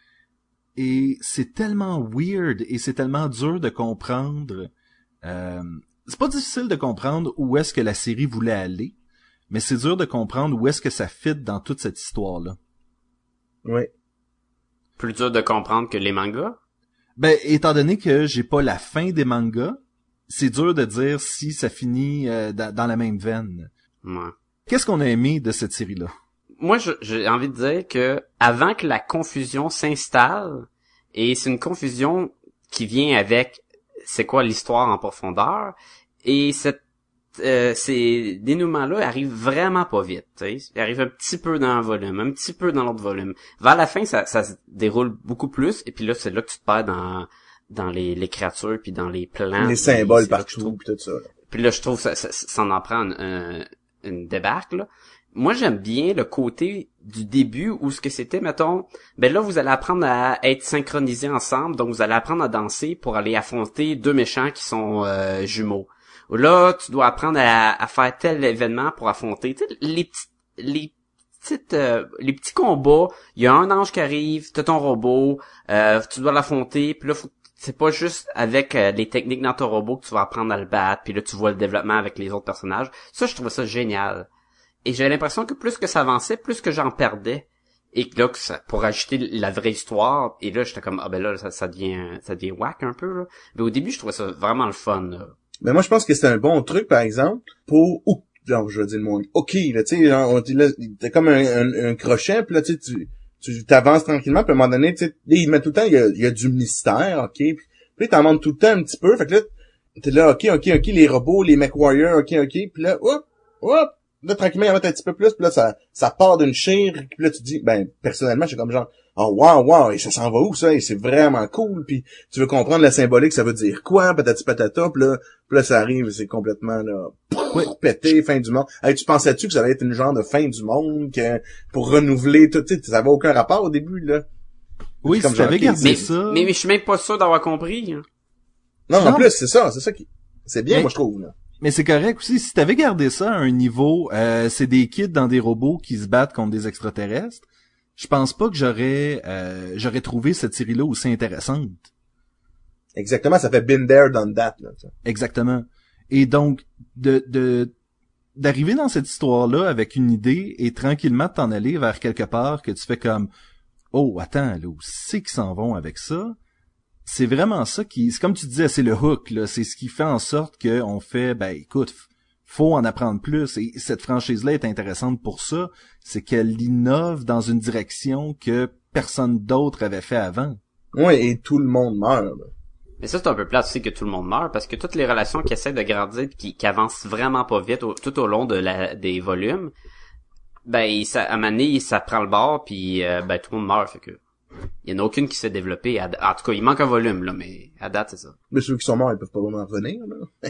B: Et c'est tellement weird et c'est tellement dur de comprendre. Euh, c'est pas difficile de comprendre où est-ce que la série voulait aller, mais c'est dur de comprendre où est-ce que ça fit dans toute cette histoire-là.
D: Oui.
C: Plus dur de comprendre que les mangas?
B: Ben, étant donné que j'ai pas la fin des mangas, c'est dur de dire si ça finit euh, dans, dans la même veine.
C: Ouais.
B: Qu'est-ce qu'on a aimé de cette série-là?
C: Moi, je, j'ai envie de dire que avant que la confusion s'installe, et c'est une confusion qui vient avec c'est quoi l'histoire en profondeur, et cette Euh, ces dénouements-là arrivent vraiment pas vite, tu sais. Ils arrivent un petit peu dans un volume, un petit peu dans l'autre volume. Vers la fin, ça, ça se déroule beaucoup plus, et puis là, c'est là que tu te perds dans dans les, les créatures, puis dans les plans.
D: Les symboles partout, puis tout ça. Là.
C: Puis là, je trouve ça, ça, ça en en prend une, une, une débarque, là. Moi, j'aime bien le côté du début où ce que c'était, mettons, ben là, vous allez apprendre à être synchronisés ensemble, donc vous allez apprendre à danser pour aller affronter deux méchants qui sont euh, jumeaux. Là, tu dois apprendre à, à faire tel événement pour affronter les petits, les petites, euh, les petits combats. Il y a un ange qui arrive, t'as ton robot, euh, tu dois l'affronter. Puis là, faut, c'est pas juste avec euh, les techniques dans ton robot que tu vas apprendre à le battre. Puis là, tu vois le développement avec les autres personnages. Ça, je trouvais ça génial. Et j'avais l'impression que plus que ça avançait, plus que j'en perdais. Et que là, que ça, pour ajouter la vraie histoire. Et là, j'étais comme ah ben là, ça, ça devient, ça devient whack un peu. Là. Mais au début, je trouvais ça vraiment le fun. Là.
D: Ben moi je pense que c'est un bon truc par exemple pour ou genre je veux dire le mot OK là tu sais genre là t'as comme un, un, un crochet puis là tu tu tu t'avances tranquillement puis à un moment donné tu sais il met tout le temps il y a, il y a du mystère OK puis, puis t'en montes tout le temps un petit peu fait que là t'es là OK OK OK les robots les MechWarriors OK OK puis là hop hop là tranquillement il y en a un petit peu plus puis là ça ça part d'une chire puis là tu te dis ben personnellement j'ai comme genre oh wow wow et ça s'en va où ça et c'est vraiment cool puis tu veux comprendre la symbolique ça veut dire quoi patati patata puis là puis là ça arrive c'est complètement là
B: oui.
D: pété fin du monde hey, tu pensais-tu que ça allait être une genre de fin du monde que pour renouveler tout tu sais ça avait aucun rapport au début là
B: oui si t'avais gardé
C: mais,
B: ça
C: mais, mais je suis même pas sûr d'avoir compris hein.
D: non, non en plus c'est ça c'est ça qui c'est bien mais... moi je trouve là.
B: Mais c'est correct aussi, si t'avais gardé ça à un niveau, euh, c'est des kids dans des robots qui se battent contre des extraterrestres, je pense pas que j'aurais euh, j'aurais trouvé cette série-là aussi intéressante.
D: Exactement, ça fait been there, done that. Là, ça.
B: Exactement. Et donc, de de d'arriver dans cette histoire-là avec une idée et tranquillement t'en aller vers quelque part que tu fais comme « Oh, attends, là, où c'est qu'ils s'en vont avec ça? » C'est vraiment ça qui, c'est comme tu disais, c'est le hook, là. C'est ce qui fait en sorte qu'on fait, ben, écoute, faut en apprendre plus. Et cette franchise-là est intéressante pour ça. C'est qu'elle innove dans une direction que personne d'autre avait fait avant.
D: Oui, et tout le monde meurt, là.
C: Mais ça, c'est un peu plate aussi que tout le monde meurt, parce que toutes les relations qui essaient de grandir et qui, qui avancent vraiment pas vite au, tout au long de la, des volumes, ben, ça, à un moment donné, ça prend le bord, puis euh, ben, tout le monde meurt, fait que il y en a aucune qui s'est développée. À, en tout cas, il manque un volume, là, mais à date, c'est ça.
D: Mais ceux qui sont morts, ils peuvent pas vraiment revenir, là.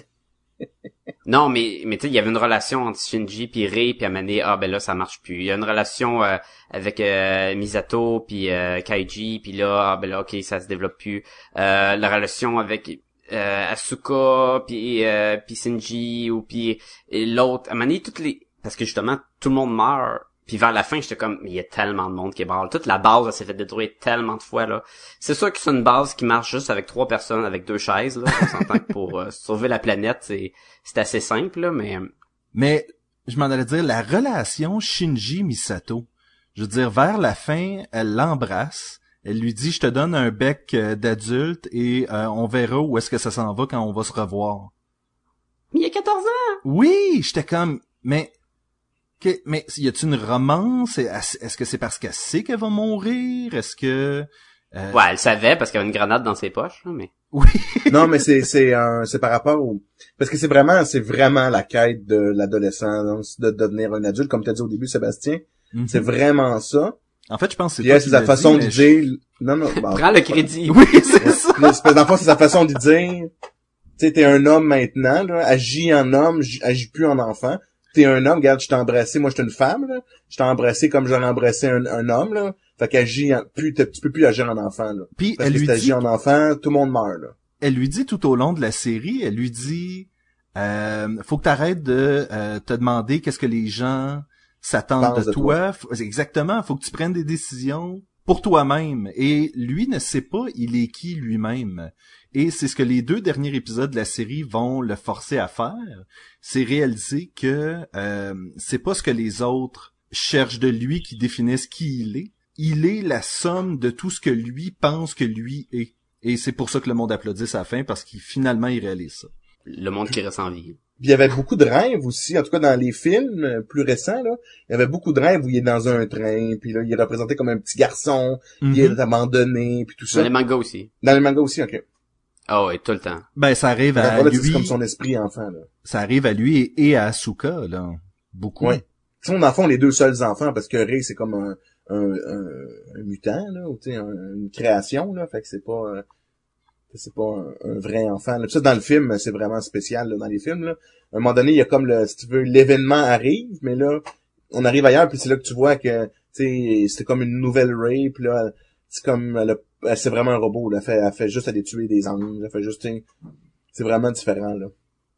C: Non, mais mais tu sais, il y avait une relation entre Shinji puis Rei, puis à Mané, ah ben là ça marche plus. Il y a une relation euh, avec euh, Misato puis euh, Kaiji, puis là ah ben là OK, ça se développe plus. Euh, la relation avec euh, Asuka puis euh, puis Shinji ou puis l'autre, à Mané toutes les parce que justement tout le monde meurt. Puis vers la fin, j'étais comme, mais il y a tellement de monde qui est mort. Toute la base, elle s'est fait détruire tellement de fois, là. C'est sûr que c'est une base qui marche juste avec trois personnes, avec deux chaises, là. On s'entend que pour euh, sauver la planète, c'est, c'est assez simple, là, mais...
B: Mais, je m'en allais dire, la relation Shinji-Misato, je veux dire, vers la fin, elle l'embrasse. Elle lui dit, je te donne un bec euh, d'adulte et euh, on verra où est-ce que ça s'en va quand on va se revoir.
C: Mais il y a quatorze ans!
B: Oui, j'étais comme, mais... Que, mais y a-t-il une romance? Est-ce que c'est parce qu'elle sait qu'elle va mourir? Est-ce que... Euh...
C: Ouais, elle savait parce qu'elle avait une grenade dans ses poches, là, mais...
B: Oui.
D: Non, mais c'est c'est un c'est par rapport au parce que c'est vraiment c'est vraiment la quête de l'adolescent de devenir un adulte comme tu as dit au début Sébastien. Mm-hmm. C'est vraiment ça.
B: En fait, je pense que
D: c'est c'est sa façon dit, de dire je... non non
C: bah, prends le crédit.
B: Oui, c'est ça.
D: Dans le fond, c'est sa façon de dire tu sais t'es un homme maintenant là, agis en homme, agis plus en enfant. T'es un homme, regarde, je t'ai embrassé, moi je suis une femme, là. Je t'ai embrassé comme j'aurais embrassé un, un homme, là. Fait qu'agis en, plus, tu peux plus agir en enfant, là.
B: Puis
D: Parce
B: elle
D: que
B: lui
D: si t'agis
B: dit,
D: en enfant, tout le monde meurt, là.
B: Elle lui dit tout au long de la série, elle lui dit, euh, faut que t'arrêtes de euh, te demander qu'est-ce que les gens s'attendent de, de toi. toi. Exactement, faut que tu prennes des décisions pour toi-même. Et lui ne sait pas il est qui lui-même. Et c'est ce que les deux derniers épisodes de la série vont le forcer à faire, c'est réaliser que euh, c'est pas ce que les autres cherchent de lui qui définissent qui il est. Il est la somme de tout ce que lui pense que lui est. Et c'est pour ça que le monde applaudit à la fin, parce qu'il finalement il réalise ça.
C: Le monde qui reste en vie.
D: Puis il y avait beaucoup de rêves aussi, en tout cas dans les films plus récents, là, il y avait beaucoup de rêves où il est dans un train, puis là, il est représenté comme un petit garçon, mm-hmm. il est abandonné, puis tout ça.
C: Dans les mangas aussi.
D: Dans les mangas aussi, ok.
C: Ah oh, ouais, tout le temps.
B: Ben, ça arrive à
D: là,
B: lui.
D: C'est comme son esprit enfant, là.
B: Ça arrive à lui et, et à Asuka, là. Beaucoup.
D: Ouais. Ils sont, dans le fond, les deux seuls enfants, parce que Rei, c'est comme un, un, un, un mutant, là, ou tu sais, un, une création, là, fait que c'est pas, euh, c'est pas un, un vrai enfant, là. Puis ça, dans le film, c'est vraiment spécial, là, dans les films, là. À un moment donné, il y a comme le, si tu veux, l'événement arrive, mais là, on arrive ailleurs, puis c'est là que tu vois que, tu sais, c'était comme une nouvelle Rei, puis là, c'est comme, elle a, c'est vraiment un robot, là. Elle fait, elle fait juste aller tuer des anges. Elle fait juste, c'est vraiment différent, là.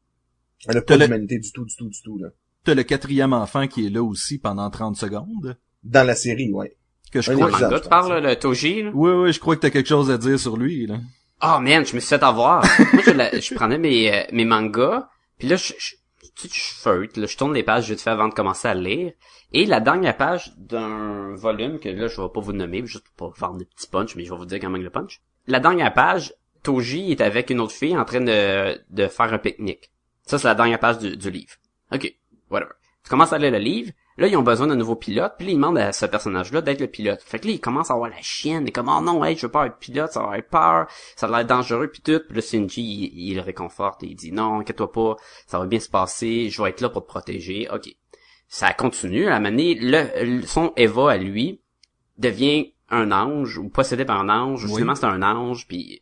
D: Elle a pas d'humanité le... du tout, du tout, du tout, là.
B: T'as le quatrième enfant qui est là aussi pendant trente secondes.
D: Dans la série, ouais.
B: Que je
C: ouais,
B: crois
C: que... manga, tu parles, le Toji, là?
B: Oui, oui, je crois que t'as quelque chose à dire sur lui, là.
C: Oh, man, je me suis fait avoir. Moi, je, la... je prenais mes, euh, mes mangas, puis là, je, je, tu sais, je feuille, là, je tourne les pages vite fait avant de commencer à lire. Et la dernière page d'un volume, que là, je vais pas vous nommer, juste pour faire des petits punch, mais je vais vous dire quand même le punch. La dernière page, Toji est avec une autre fille en train de, de faire un pique-nique. Ça, c'est la dernière page du, du livre. Ok, whatever. Tu commences à lire le livre, là, ils ont besoin d'un nouveau pilote, puis là, ils demandent à ce personnage-là d'être le pilote. Fait que là, il commence à avoir la chienne, et comme, oh non, hey, je veux pas être pilote, ça va être peur, ça a l'air dangereux, puis tout. Puis là, Shinji, il, il le réconforte, et il dit, non, inquiète-toi pas, ça va bien se passer, je vais être là pour te protéger. Ok. Ça continue, à un moment donné, le, son Eva à lui devient un ange, ou possédé par un ange, oui. Justement c'est un ange, puis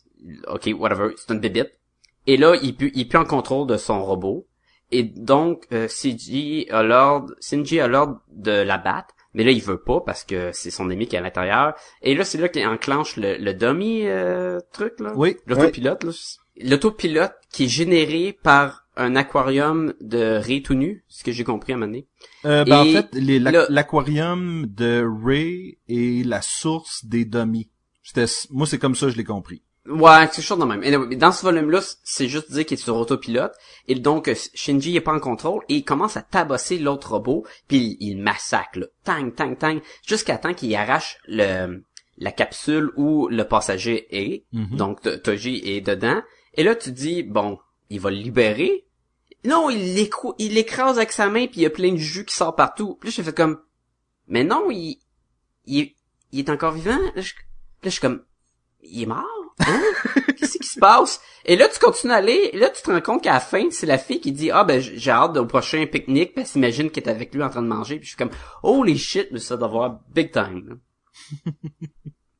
C: ok, whatever, c'est une bébite. Et là, il peut, il est plus en contrôle de son robot, et donc euh, Shinji a l'ordre, Shinji a l'ordre de la battre, mais là il veut pas parce que c'est son ami qui est à l'intérieur. Et là c'est là qu'il enclenche le, le dummy euh, truc là,
B: oui,
C: l'autopilote, oui. Là, l'autopilote qui est généré par un aquarium de Rei tout nu, ce que j'ai compris à un moment donné.
B: Euh, ben en fait, les, la, l'aquarium de Rei est la source des dummies. C'était, moi, c'est comme ça que je l'ai compris.
C: Ouais, c'est chose de même. Et dans ce volume-là, c'est juste dire qu'il est sur autopilote. Et donc, Shinji est pas en contrôle et il commence à tabasser l'autre robot, puis il, il massacre, là. Tang, tang, tang, jusqu'à temps qu'il arrache le la capsule où le passager est. Mm-hmm. Donc, Toji est dedans. Et là, tu dis, bon, il va le libérer. Non, il l'écrase, il l'écrase avec sa main puis il y a plein de jus qui sort partout. Puis là, j'ai fait comme, mais non, il, il, il est encore vivant. Là, je, là, je suis comme, il est mort? Hein? Qu'est-ce qui se passe? Et là, tu continues à aller, et là, tu te rends compte qu'à la fin, c'est la fille qui dit, ah, ben, j'ai hâte au prochain pique-nique, puis elle s'imagine qu'elle est avec lui en train de manger, puis je suis comme, holy shit, mais ça doit avoir big time, là.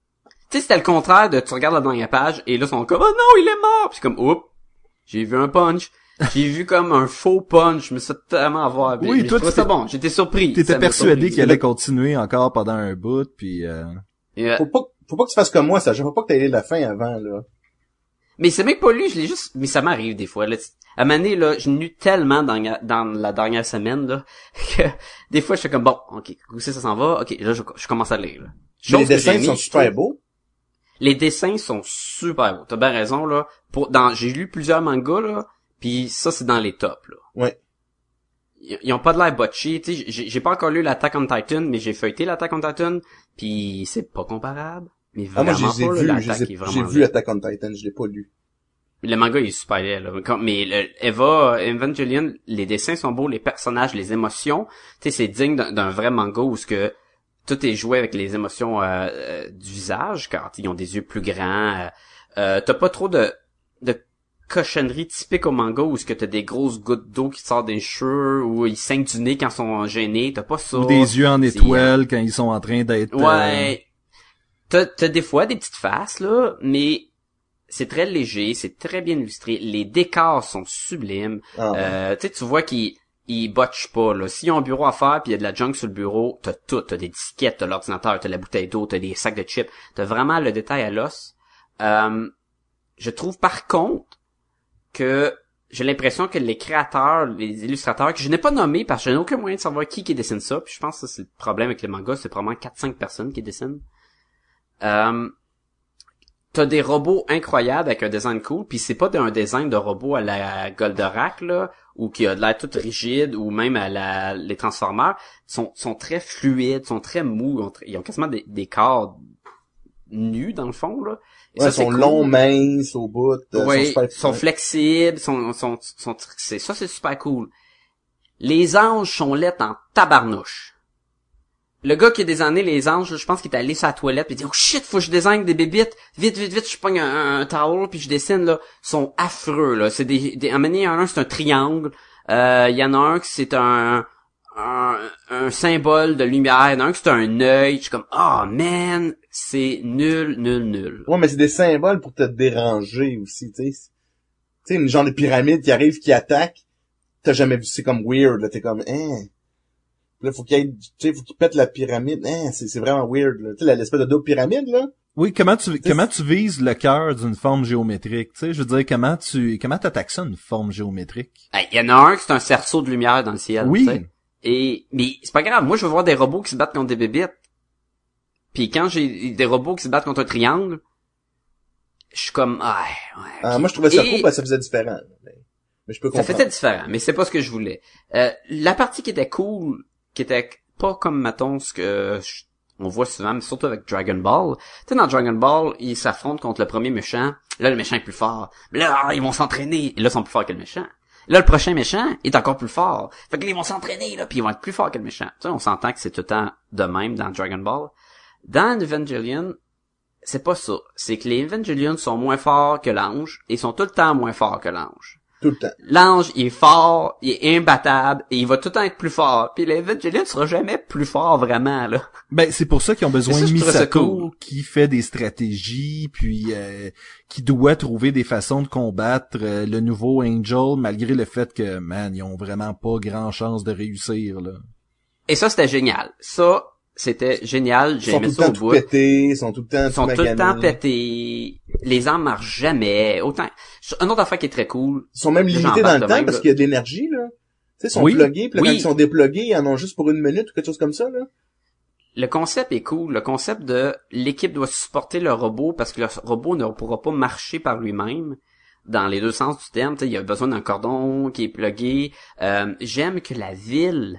C: Tu sais, c'était le contraire de tu regardes la dernière page et là, ils sont comme, oh non, il est mort! Puis comme, oups, j'ai vu un punch. J'ai vu comme un faux punch. Je me suis tellement avoir.
B: Oui,
C: mais
B: toi,
C: je ça bon. J'étais surpris.
B: T'étais persuadé qu'il allait continuer encore pendant un bout, puis euh...
C: Yeah.
D: Faut pas, faut pas que tu fasses comme moi, ça. Je veux pas que t'aies la fin avant, là.
C: Mais c'est même pas lui, je l'ai juste, mais ça m'arrive des fois, là. À un moment donné, là, je n'ai tellement dans, dans la dernière semaine, là, que des fois, je suis comme, bon, ok, où c'est ça s'en va? Ok, là, je, je commence à lire, là.
D: Mais les dessins sont super beaux.
C: Les dessins sont super beaux. T'as bien raison, là. Pour, dans, j'ai lu plusieurs mangas, là, pis ça, c'est dans les tops, là.
D: Ouais.
C: Ils, ils ont pas de l'air botché, tu sais, j'ai, j'ai pas encore lu l'Attack on Titan, mais j'ai feuilleté l'Attack on Titan, pis c'est pas comparable. Mais
D: ah, moi,
C: vraiment
D: je les ai
C: pas,
D: vus,
C: là,
D: je
C: l'attaque
D: les ai-
C: est vraiment
D: j'ai vu
C: laid.
D: Attack on Titan, je l'ai pas lu.
C: Le manga il est super laid, là. Comme- Mais le, Eva, Evangelion, les dessins sont beaux, les personnages, les émotions. Tu sais, c'est digne d'un, d'un vrai manga où ce que tout est joué avec les émotions euh, euh, du visage, quand ils ont des yeux plus grands. Euh, euh, t'as pas trop de de cochonneries typiques au manga où ce que t'as des grosses gouttes d'eau qui sortent des cheveux, ou ils saignent du nez quand ils sont gênés. T'as pas ça.
B: ou des yeux en
C: C'est,
B: étoile quand ils sont en train d'être... euh,
C: Ouais. T'as, t'as des fois des petites faces, là, mais c'est très léger, c'est très bien illustré. Les décors sont sublimes.
D: Ah, ouais.
C: Euh, tu sais, tu vois qu'ils ils botchent pas, là. S'ils ont un bureau à faire pis il y a de la junk sur le bureau, t'as tout. T'as des disquettes, t'as l'ordinateur, t'as la bouteille d'eau, t'as des sacs de chips. T'as vraiment le détail à l'os. Euh, je trouve par contre que j'ai l'impression que les créateurs, les illustrateurs, que je n'ai pas nommés parce que je n'ai aucun moyen de savoir qui qui dessine ça, puis je pense que ça, c'est le problème avec les mangas, c'est probablement quatre cinq personnes qui dessinent. Euh, t'as des robots incroyables avec un design cool, puis c'est pas un design de robot à la Goldorak, là, ou qui a de l'air tout rigide, ou même à la, les Transformers, sont, sont très fluides, sont très mous, ils ont, ils ont quasiment des, des corps nus, dans le fond, là. Et
D: Ouais,
C: ça,
D: ils
C: c'est
D: sont
C: cool.
D: longs, minces, au bout. euh,
C: Oui,
D: sont super
C: sont flexibles, sont, sont, sont, c'est, ça c'est super cool. Les anges sont laids en tabarnouche. Le gars qui a désigné les anges, là, je pense qu'il est allé sur la toilette pis il dit, oh shit, faut que je désigne des bébites. Vite, vite, vite, je pogne un, un, un towel puis je dessine, là. Ils sont affreux, là. C'est des, des, à un moment donné, il y en a un, c'est un triangle. Euh, il y en a un qui c'est un, un, un symbole de lumière. Il y en a un qui c'est un œil. Je suis comme, oh man, c'est nul, nul, nul.
D: Ouais, mais c'est des symboles pour te déranger aussi, tu sais. Tu sais, une genre de pyramide qui arrive, qui attaque. T'as jamais vu, c'est comme weird, là. T'es comme, hein. Là, faut qu'il y ait, tu sais, faut qu'il pète la pyramide. Hein, c'est, c'est vraiment weird, là. Tu sais, l'espèce de double pyramide, là.
B: Oui, comment tu comment tu vises le cœur d'une forme géométrique, tu sais, je veux dire, comment tu comment t'attaques ça, une forme géométrique?
C: Il hey, y en a un qui c'est un cerceau de lumière dans le ciel.
B: Oui.
C: T'sais. Et mais c'est pas grave, moi je veux voir des robots qui se battent contre des bébites. Puis quand j'ai des robots qui se battent contre un triangle, je suis comme ah ouais.
D: Ah,
C: okay.
D: moi, je trouvais ça
C: Et
D: cool parce que ça faisait différent. Mais, mais je peux
C: ça
D: comprendre.
C: faisait différent, mais c'est pas ce que je voulais. Euh, la partie qui était cool, qui était pas comme mettons ce que je, on voit souvent, mais surtout avec Dragon Ball. Tu sais, dans Dragon Ball, ils s'affrontent contre le premier méchant. Là, le méchant est plus fort. Mais là, ah, ils vont s'entraîner. Et là, ils sont plus forts que le méchant. Là, le prochain méchant est encore plus fort. Fait que là, ils vont s'entraîner, là, puis ils vont être plus forts que le méchant. Tu sais, on s'entend que c'est tout le temps de même dans Dragon Ball. Dans Evangelion, c'est pas ça. C'est que les Evangelions sont moins forts que l'ange, et sont tout le temps moins forts que l'ange.
D: Tout le temps.
C: L'ange, il est fort, il est imbattable, et il va tout le temps être plus fort. Puis l'Evangelion sera jamais plus fort, vraiment, là.
B: Ben, c'est pour ça qu'ils ont besoin
C: Mais ça,
B: de
C: je trouvais ça
B: Misato,
C: cool.
B: qui fait des stratégies, puis euh, qui doit trouver des façons de combattre euh, le nouveau Angel, malgré le fait que, man, ils ont vraiment pas grand chance de réussir, là.
C: Et ça, c'était génial. Ça, c'était génial.
D: Ils
C: J'ai
D: sont
C: aimé
D: tout le
C: ça au
D: temps tout
C: bout.
D: pétés, ils sont tout le temps
C: Ils sont
D: tout
C: tout le temps
D: maganés.
C: pétés. Les armes marchent jamais. Autant. Une autre affaire qui est très cool.
D: Ils sont même
C: J'en
D: limités dans
C: parle
D: le
C: de
D: temps
C: même,
D: parce
C: là.
D: qu'il y a de l'énergie, là. Tu sais, ils sont
B: Oui.
D: pluggés, puis là,
C: Oui.
D: quand ils sont déplugués, ils en ont juste pour une minute ou quelque chose comme ça, là.
C: Le concept est cool. Le concept de l'équipe doit supporter le robot parce que le robot ne pourra pas marcher par lui-même. Dans les deux sens du terme, tu sais, il y a besoin d'un cordon qui est plugué. Euh, j'aime que la ville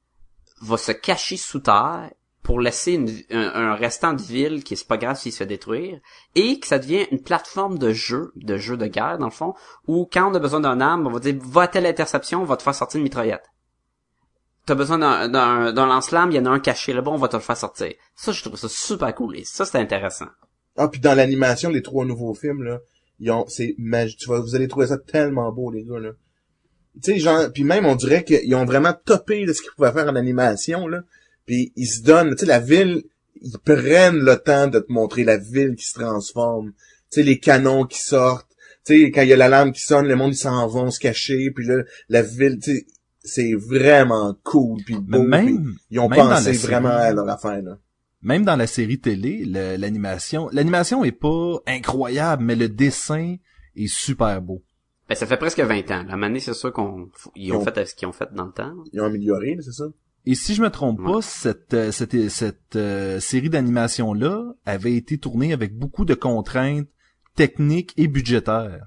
C: va se cacher sous terre pour laisser une, un, un restant de ville qui est pas grave s'il se fait détruire, et que ça devient une plateforme de jeu, de jeu de guerre, dans le fond, où quand on a besoin d'un arme, on va dire, va à telle interception, on va te faire sortir une mitraillette. T'as besoin d'un, d'un, d'un lance-flamme, il y en a un caché là-bas, on va te le faire sortir. Ça, je trouve ça super cool, et ça, c'est intéressant.
D: Ah, puis dans l'animation, les trois nouveaux films, là, ils ont, c'est magique. Tu vas, vous allez trouver ça tellement beau, les gars, là. Tu sais, genre, puis même, on dirait qu'ils ont vraiment topé de ce qu'ils pouvaient faire en animation, là. Puis ils se donnent, tu sais, la ville, ils prennent le temps de te montrer la ville qui se transforme, tu sais, les canons qui sortent, tu sais, quand il y a l'alarme qui sonne, le monde, ils s'en vont se cacher, puis là, la ville, tu sais, c'est vraiment cool, puis beau,
B: même,
D: puis ils ont pensé vraiment série, à leur affaire, là. Même
B: dans la série télé, le, l'animation, l'animation est pas incroyable, mais le dessin est super beau.
C: Ben, ça fait presque vingt ans. La manée, c'est sûr qu'on, ils ont, ont fait ce qu'ils ont fait dans le temps.
D: Ils ont amélioré, c'est ça?
B: Et si je me trompe
C: ouais.
B: pas, cette, cette, cette, cette euh, série d'animation-là avait été tournée avec beaucoup de contraintes techniques et budgétaires.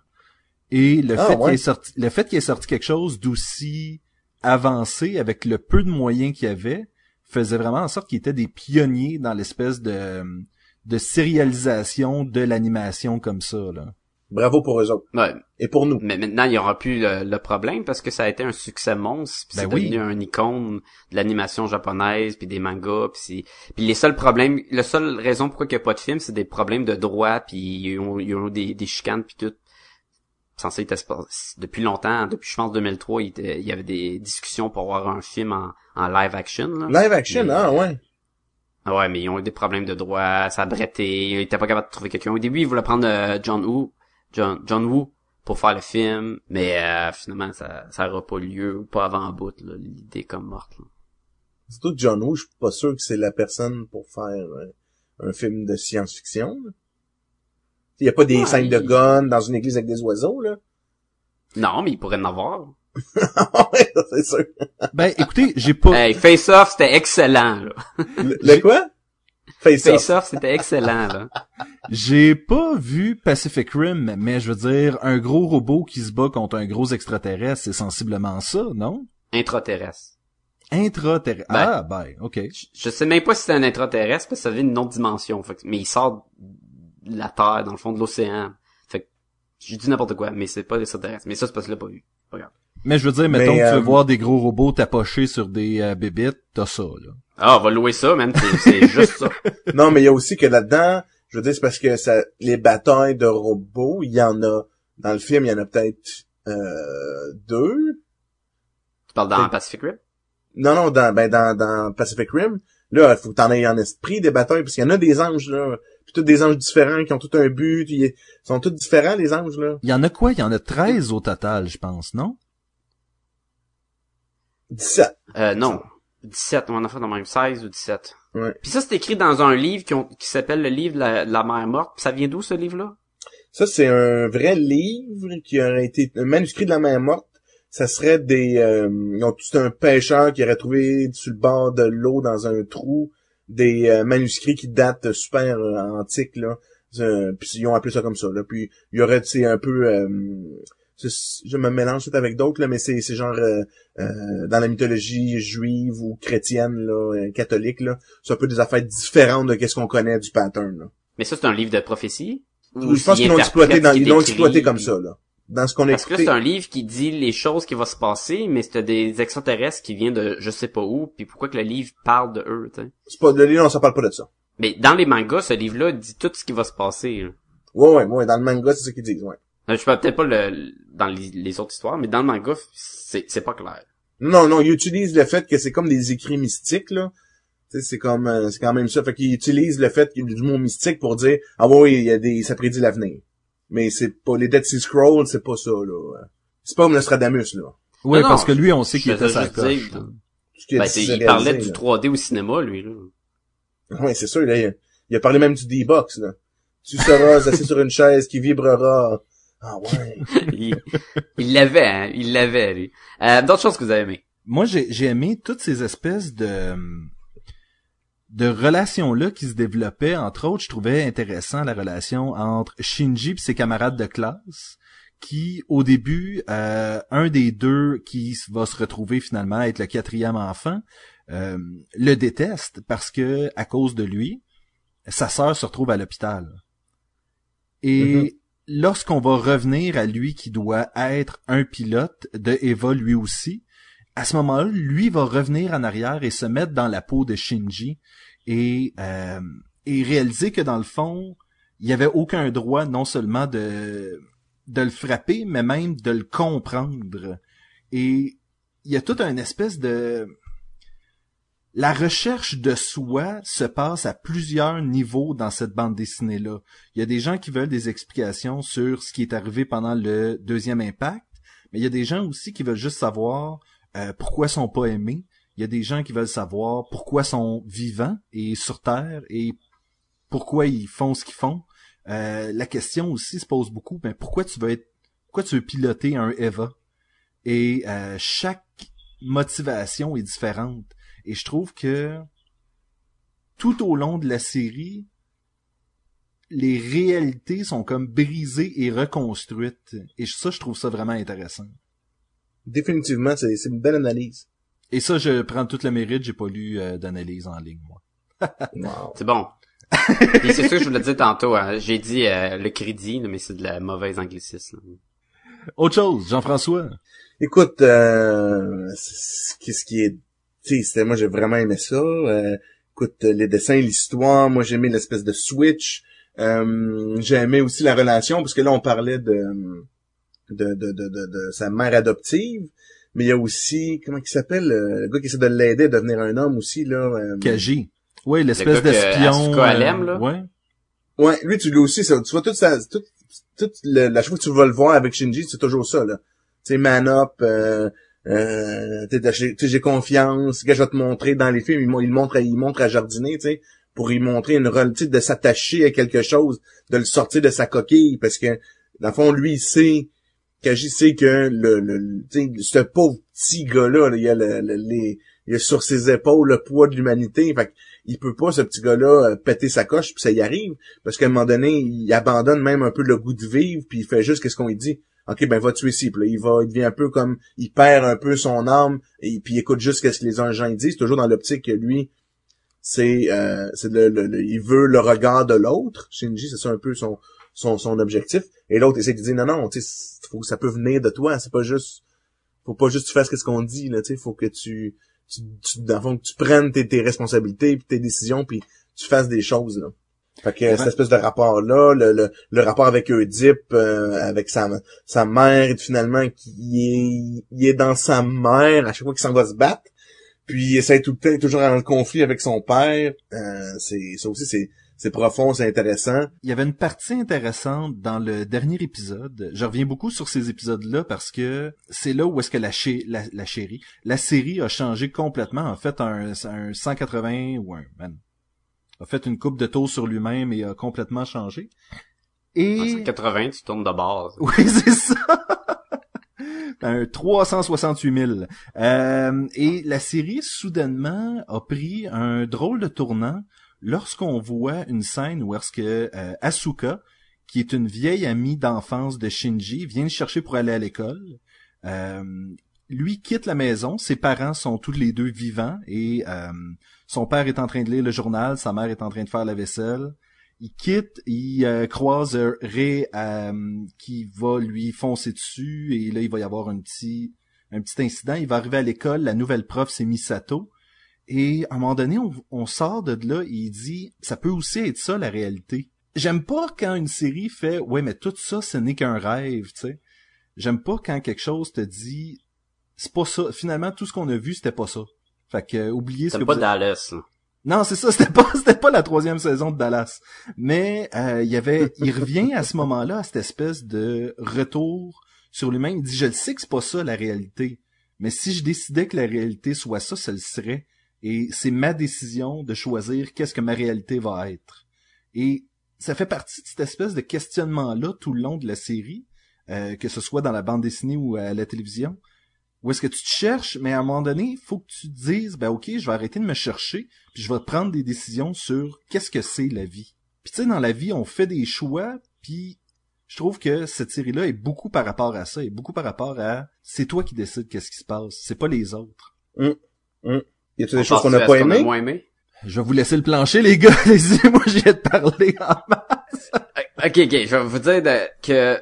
B: Et le
D: ah,
B: fait
D: ouais.
B: qu'il ait sorti, le fait qu'il ait sorti quelque chose d'aussi avancé avec le peu de moyens qu'il y avait, faisait vraiment en sorte qu'ils étaient des pionniers dans l'espèce de, de sérialisation de l'animation comme ça, là.
D: Bravo pour eux autres.
C: Ouais.
D: Et pour nous.
C: Mais maintenant, il n'y aura plus le, le problème parce que ça a été un succès monstre. Puis
B: ben
C: c'est
B: oui.
C: devenu un icône de l'animation japonaise, puis des mangas. Puis, c'est... puis les seuls problèmes, la seule raison pourquoi il n'y a pas de film, c'est des problèmes de droit, puis ils ont, ils ont des, des chicanes, puis tout. Censé être depuis longtemps, depuis je pense deux mille trois, il, était, il y avait des discussions pour avoir un film en, en live action. Là.
D: Live action, mais, ah ouais.
C: Ouais, mais ils ont eu des problèmes de droit, ça a bretté, ils étaient pas capables de trouver quelqu'un. Au début, ils voulaient prendre euh, John Woo, John, John Woo pour faire le film, mais euh, finalement, ça ça aura pas lieu, pas avant en bout, là, l'idée est comme morte. Là.
D: Surtout John Woo, je suis pas sûr que c'est la personne pour faire euh, un film de science-fiction. Il y a pas des ouais, scènes il... de gun dans une église avec des oiseaux, là.
C: Non, mais il pourrait en avoir.
D: ouais, c'est sûr.
B: Ben, écoutez, j'ai pas...
C: Hey, Face Off, c'était excellent, là.
D: Le, le quoi? Face Off.
C: Face Off, c'était excellent, là.
B: J'ai pas vu Pacific Rim, mais je veux dire, un gros robot qui se bat contre un gros extraterrestre, c'est sensiblement ça, non?
C: Intraterrestre.
B: Intraterrestre. Ben, ah, ben, ok.
C: Je, je sais même pas si c'est un intraterrestre, parce que ça vient d'une autre dimension, fait que, mais il sort de la Terre, dans le fond de l'océan. Fait que, je dis n'importe quoi, mais c'est pas des extraterrestres. Mais ça, c'est parce que je l'ai pas vu. Pas grave.
B: Mais je veux dire, mettons mais, que tu veux euh... voir des gros robots tapocher sur des euh, bébites, t'as ça, là.
C: Ah, on va louer ça, man. C'est, c'est juste ça.
D: Non, mais il y a aussi que là-dedans, je veux dire, c'est parce que ça, les batailles de robots, il y en a, dans le film, il y en a peut-être, euh, deux.
C: Tu parles dans Pacific Rim?
D: Non, non, dans, ben, dans, dans Pacific Rim. Là, faut que t'en aies en esprit des batailles, parce qu'il y en a des anges, là. Puis tous des anges différents qui ont tout un but, ils sont tous différents, les anges, là.
B: Il y en a quoi? Il y en a treize au total, je pense, non?
D: dix-sept.
C: Euh, non. dix-sept, on en a fait dans même seize ou dix-sept.
D: Ouais.
C: Puis ça, c'est écrit dans un livre qui, ont, qui s'appelle le livre de la, de la mer morte. Puis ça vient d'où, ce livre-là?
D: Ça, c'est un vrai livre qui aurait été un manuscrit de la mer morte. Ça serait des... Euh, ils ont tout un pêcheur qui aurait trouvé sur le bord de l'eau, dans un trou, des euh, manuscrits qui datent super euh, antiques, là. Euh, puis ils ont appelé ça comme ça, là. Puis il y aurait, tu sais, un peu... Euh, je me mélange tout avec d'autres, là, mais c'est, c'est genre euh, euh, dans la mythologie juive ou chrétienne, là, euh, catholique, là. C'est un peu des affaires différentes de qu'est-ce qu'on connaît du pattern, là.
C: Mais ça, c'est un livre de prophétie?
D: Ou je pense qu'ils l'ont exploité, dans, ils l'ont exploité comme ça, là. Dans ce qu'on a
C: Parce que là, c'est un livre qui dit les choses qui vont se passer, mais c'est des extraterrestres qui viennent de je sais pas où, puis pourquoi que le livre parle de eux, tu sais. C'est
D: pas, le livre, non, ça parle pas de ça.
C: Mais dans les mangas, ce livre-là dit tout ce qui va se passer, là.
D: Ouais, ouais, ouais, dans le manga, c'est ce qu'ils disent, ouais.
C: Je peux peut-être pas le, dans les, les autres histoires, mais dans le manga, c'est, c'est pas clair.
D: Non, non, ils utilisent le fait que c'est comme des écrits mystiques, là. Tu sais, c'est comme, euh, c'est quand même ça. Fait qu'ils utilisent le fait qu'il y a du mot mystique pour dire, ah ouais, il y a des, ça prédit l'avenir. Mais c'est pas, les Dead Sea Scrolls, c'est pas ça, là. C'est pas comme Nostradamus, là.
B: Oui,
C: non,
B: parce
C: non,
B: que lui, on sait qu'il était
C: sa
B: coche.
C: Ben, il parlait du trois D au cinéma, lui, là.
D: Oui, c'est sûr, là. Il a, il a parlé même du D-Box, là. Tu seras assis sur une chaise qui vibrera. Ah ouais.
C: il, il l'avait, hein. Il l'avait, lui. Euh, d'autres choses que vous avez aimées?
B: Moi, j'ai, j'ai aimé toutes ces espèces de, de relations-là qui se développaient. Entre autres, je trouvais intéressant la relation entre Shinji et ses camarades de classe, qui, au début, euh, un des deux qui va se retrouver finalement être le quatrième enfant, euh, le déteste parce que, à cause de lui, sa sœur se retrouve à l'hôpital. Et mm-hmm. lorsqu'on va revenir à lui qui doit être un pilote de Eva lui aussi, à ce moment-là, lui va revenir en arrière et se mettre dans la peau de Shinji et, euh, et réaliser que dans le fond, il n'y avait aucun droit non seulement de, de le frapper, mais même de le comprendre. Et il y a toute une espèce de... la recherche de soi se passe à plusieurs niveaux dans cette bande dessinée-là. Il y a des gens qui veulent des explications sur ce qui est arrivé pendant le deuxième impact, mais il y a des gens aussi qui veulent juste savoir euh, pourquoi ils sont pas aimés. Il y a des gens qui veulent savoir pourquoi ils sont vivants et sur Terre et pourquoi ils font ce qu'ils font. Euh, la question aussi se pose beaucoup, ben pourquoi tu veux être, pourquoi tu veux piloter un Eva? Et euh, chaque motivation est différente. Et je trouve que tout au long de la série, les réalités sont comme brisées et reconstruites. Et ça, je trouve ça vraiment intéressant.
D: Définitivement, c'est, c'est une belle analyse.
B: Et ça, je prends tout le mérite, j'ai pas lu euh, d'analyse en ligne, moi.
C: Wow. C'est bon. Et c'est ça que je voulais dire tantôt, hein. J'ai dit euh, le crédit, mais c'est de la mauvaise anglicisme.
B: Autre chose, Jean-François.
D: Écoute, euh, qu'est-ce qui est... Tu sais, c'était, moi, j'ai vraiment aimé ça. Euh, écoute, les dessins, l'histoire, moi, j'ai aimé l'espèce de switch. Euh, j'ai aimé aussi la relation, parce que là, on parlait de de, de, de, de, de sa mère adoptive, mais il y a aussi, comment il s'appelle, le gars qui essaie de l'aider à devenir un homme aussi, là. Euh,
B: Kaji. Oui, l'espèce
C: le gars
B: d'espion.
C: Que Asuka aime, là.
B: Ouais.
D: Ouais, lui, tu l'as aussi, ça, tu vois, toute sa, toute, toute le, la fois que tu vas le voir avec Shinji, c'est toujours ça, là. Tu sais, man up, euh, euh, tu sais, j'ai confiance, gars, je vais te montrer dans les films, il, il montre, il montre à jardiner, tu sais, pour lui montrer une relative de s'attacher à quelque chose, de le sortir de sa coquille, parce que, dans le fond, lui, il sait, Kaji sait que le, le, tu sais, ce pauvre petit gars-là, là, il y a le, le, les, il a sur ses épaules le poids de l'humanité, fait il peut pas, ce petit gars-là, euh, péter sa coche, puis ça y arrive, parce qu'à un moment donné, il abandonne même un peu le goût de vivre, puis il fait juste qu'est-ce qu'on lui dit. OK, ben va tuer ici. Puis là, il va, il devient un peu comme, il perd un peu son âme, et puis il écoute juste qu'est-ce que les gens disent, toujours dans l'optique que lui, c'est, euh, c'est le, le, le, il veut le regard de l'autre. Shinji, c'est ça un peu son, son, son objectif. Et l'autre essaie de dire, non, non, tu sais, faut que ça peut venir de toi, c'est pas juste, faut pas juste que tu fasses ce qu'on dit, là, tu sais, faut que tu, tu, tu, dans le fond, que tu prennes tes, tes responsabilités, puis tes décisions, puis tu fasses des choses, là. Fait que ouais. Cette espèce de rapport-là, le, le, le rapport avec Oedipe, euh, avec sa, sa mère, et finalement, qui est, il est dans sa mère à chaque fois qu'il s'en va se battre, puis il essaie tout le temps, toujours dans le conflit avec son père, euh, c'est, ça aussi, c'est, c'est profond, c'est intéressant.
B: Il y avait une partie intéressante dans le dernier épisode. Je reviens beaucoup sur ces épisodes-là parce que c'est là où est-ce que la, ché- la, la chérie, la série a changé complètement, en fait, un, un cent quatre-vingts ou un, man, a fait une coupe de tour sur lui-même et a complètement changé. Et...
C: En cent quatre-vingts, tu tournes de bord.
B: Oui, c'est ça! Un trois cent soixante-huit mille. Euh, et la série, soudainement, a pris un drôle de tournant lorsqu'on voit une scène où est-ce que euh, Asuka, qui est une vieille amie d'enfance de Shinji, vient le chercher pour aller à l'école. Euh, lui quitte la maison, ses parents sont tous les deux vivants et euh, son père est en train de lire le journal, sa mère est en train de faire la vaisselle. Il quitte, il euh, croise euh, Rei euh, qui va lui foncer dessus et là il va y avoir un petit un petit incident. Il va arriver à l'école, la nouvelle prof c'est Misato et à un moment donné on, on sort de là et il dit ça peut aussi être ça la réalité. J'aime pas quand une série fait ouais mais tout ça ce n'est qu'un rêve, tu sais. J'aime pas quand quelque chose te dit c'est pas ça. Finalement tout ce qu'on a vu c'était pas ça. Fait que euh, oubliez ce que
C: pas
B: vous
C: Dallas. Là.
B: Non, c'est ça, c'était pas c'était pas la troisième saison de Dallas. Mais euh, il y avait il revient à ce moment-là à cette espèce de retour sur lui-même, il dit je le sais que c'est pas ça la réalité, mais si je décidais que la réalité soit ça, ça le serait et c'est ma décision de choisir qu'est-ce que ma réalité va être. Et ça fait partie de cette espèce de questionnement-là tout le long de la série, euh, que ce soit dans la bande dessinée ou à la télévision. Où est-ce que tu te cherches, mais à un moment donné, il faut que tu te dises, ben ok, je vais arrêter de me chercher, puis je vais prendre des décisions sur qu'est-ce que c'est la vie. Puis tu sais, dans la vie, on fait des choix, puis je trouve que cette série-là est beaucoup par rapport à ça, est beaucoup par rapport à c'est toi qui décides qu'est-ce qui se passe, c'est pas les autres.
D: Mmh. Mmh. Y a-t-il des choses qu'on n'a pas aimées?
C: aimé?
B: Je vais vous laisser le plancher, les gars. Laissez-moi, j'ai de parler en masse.
C: Ok, ok, je vais vous dire de, que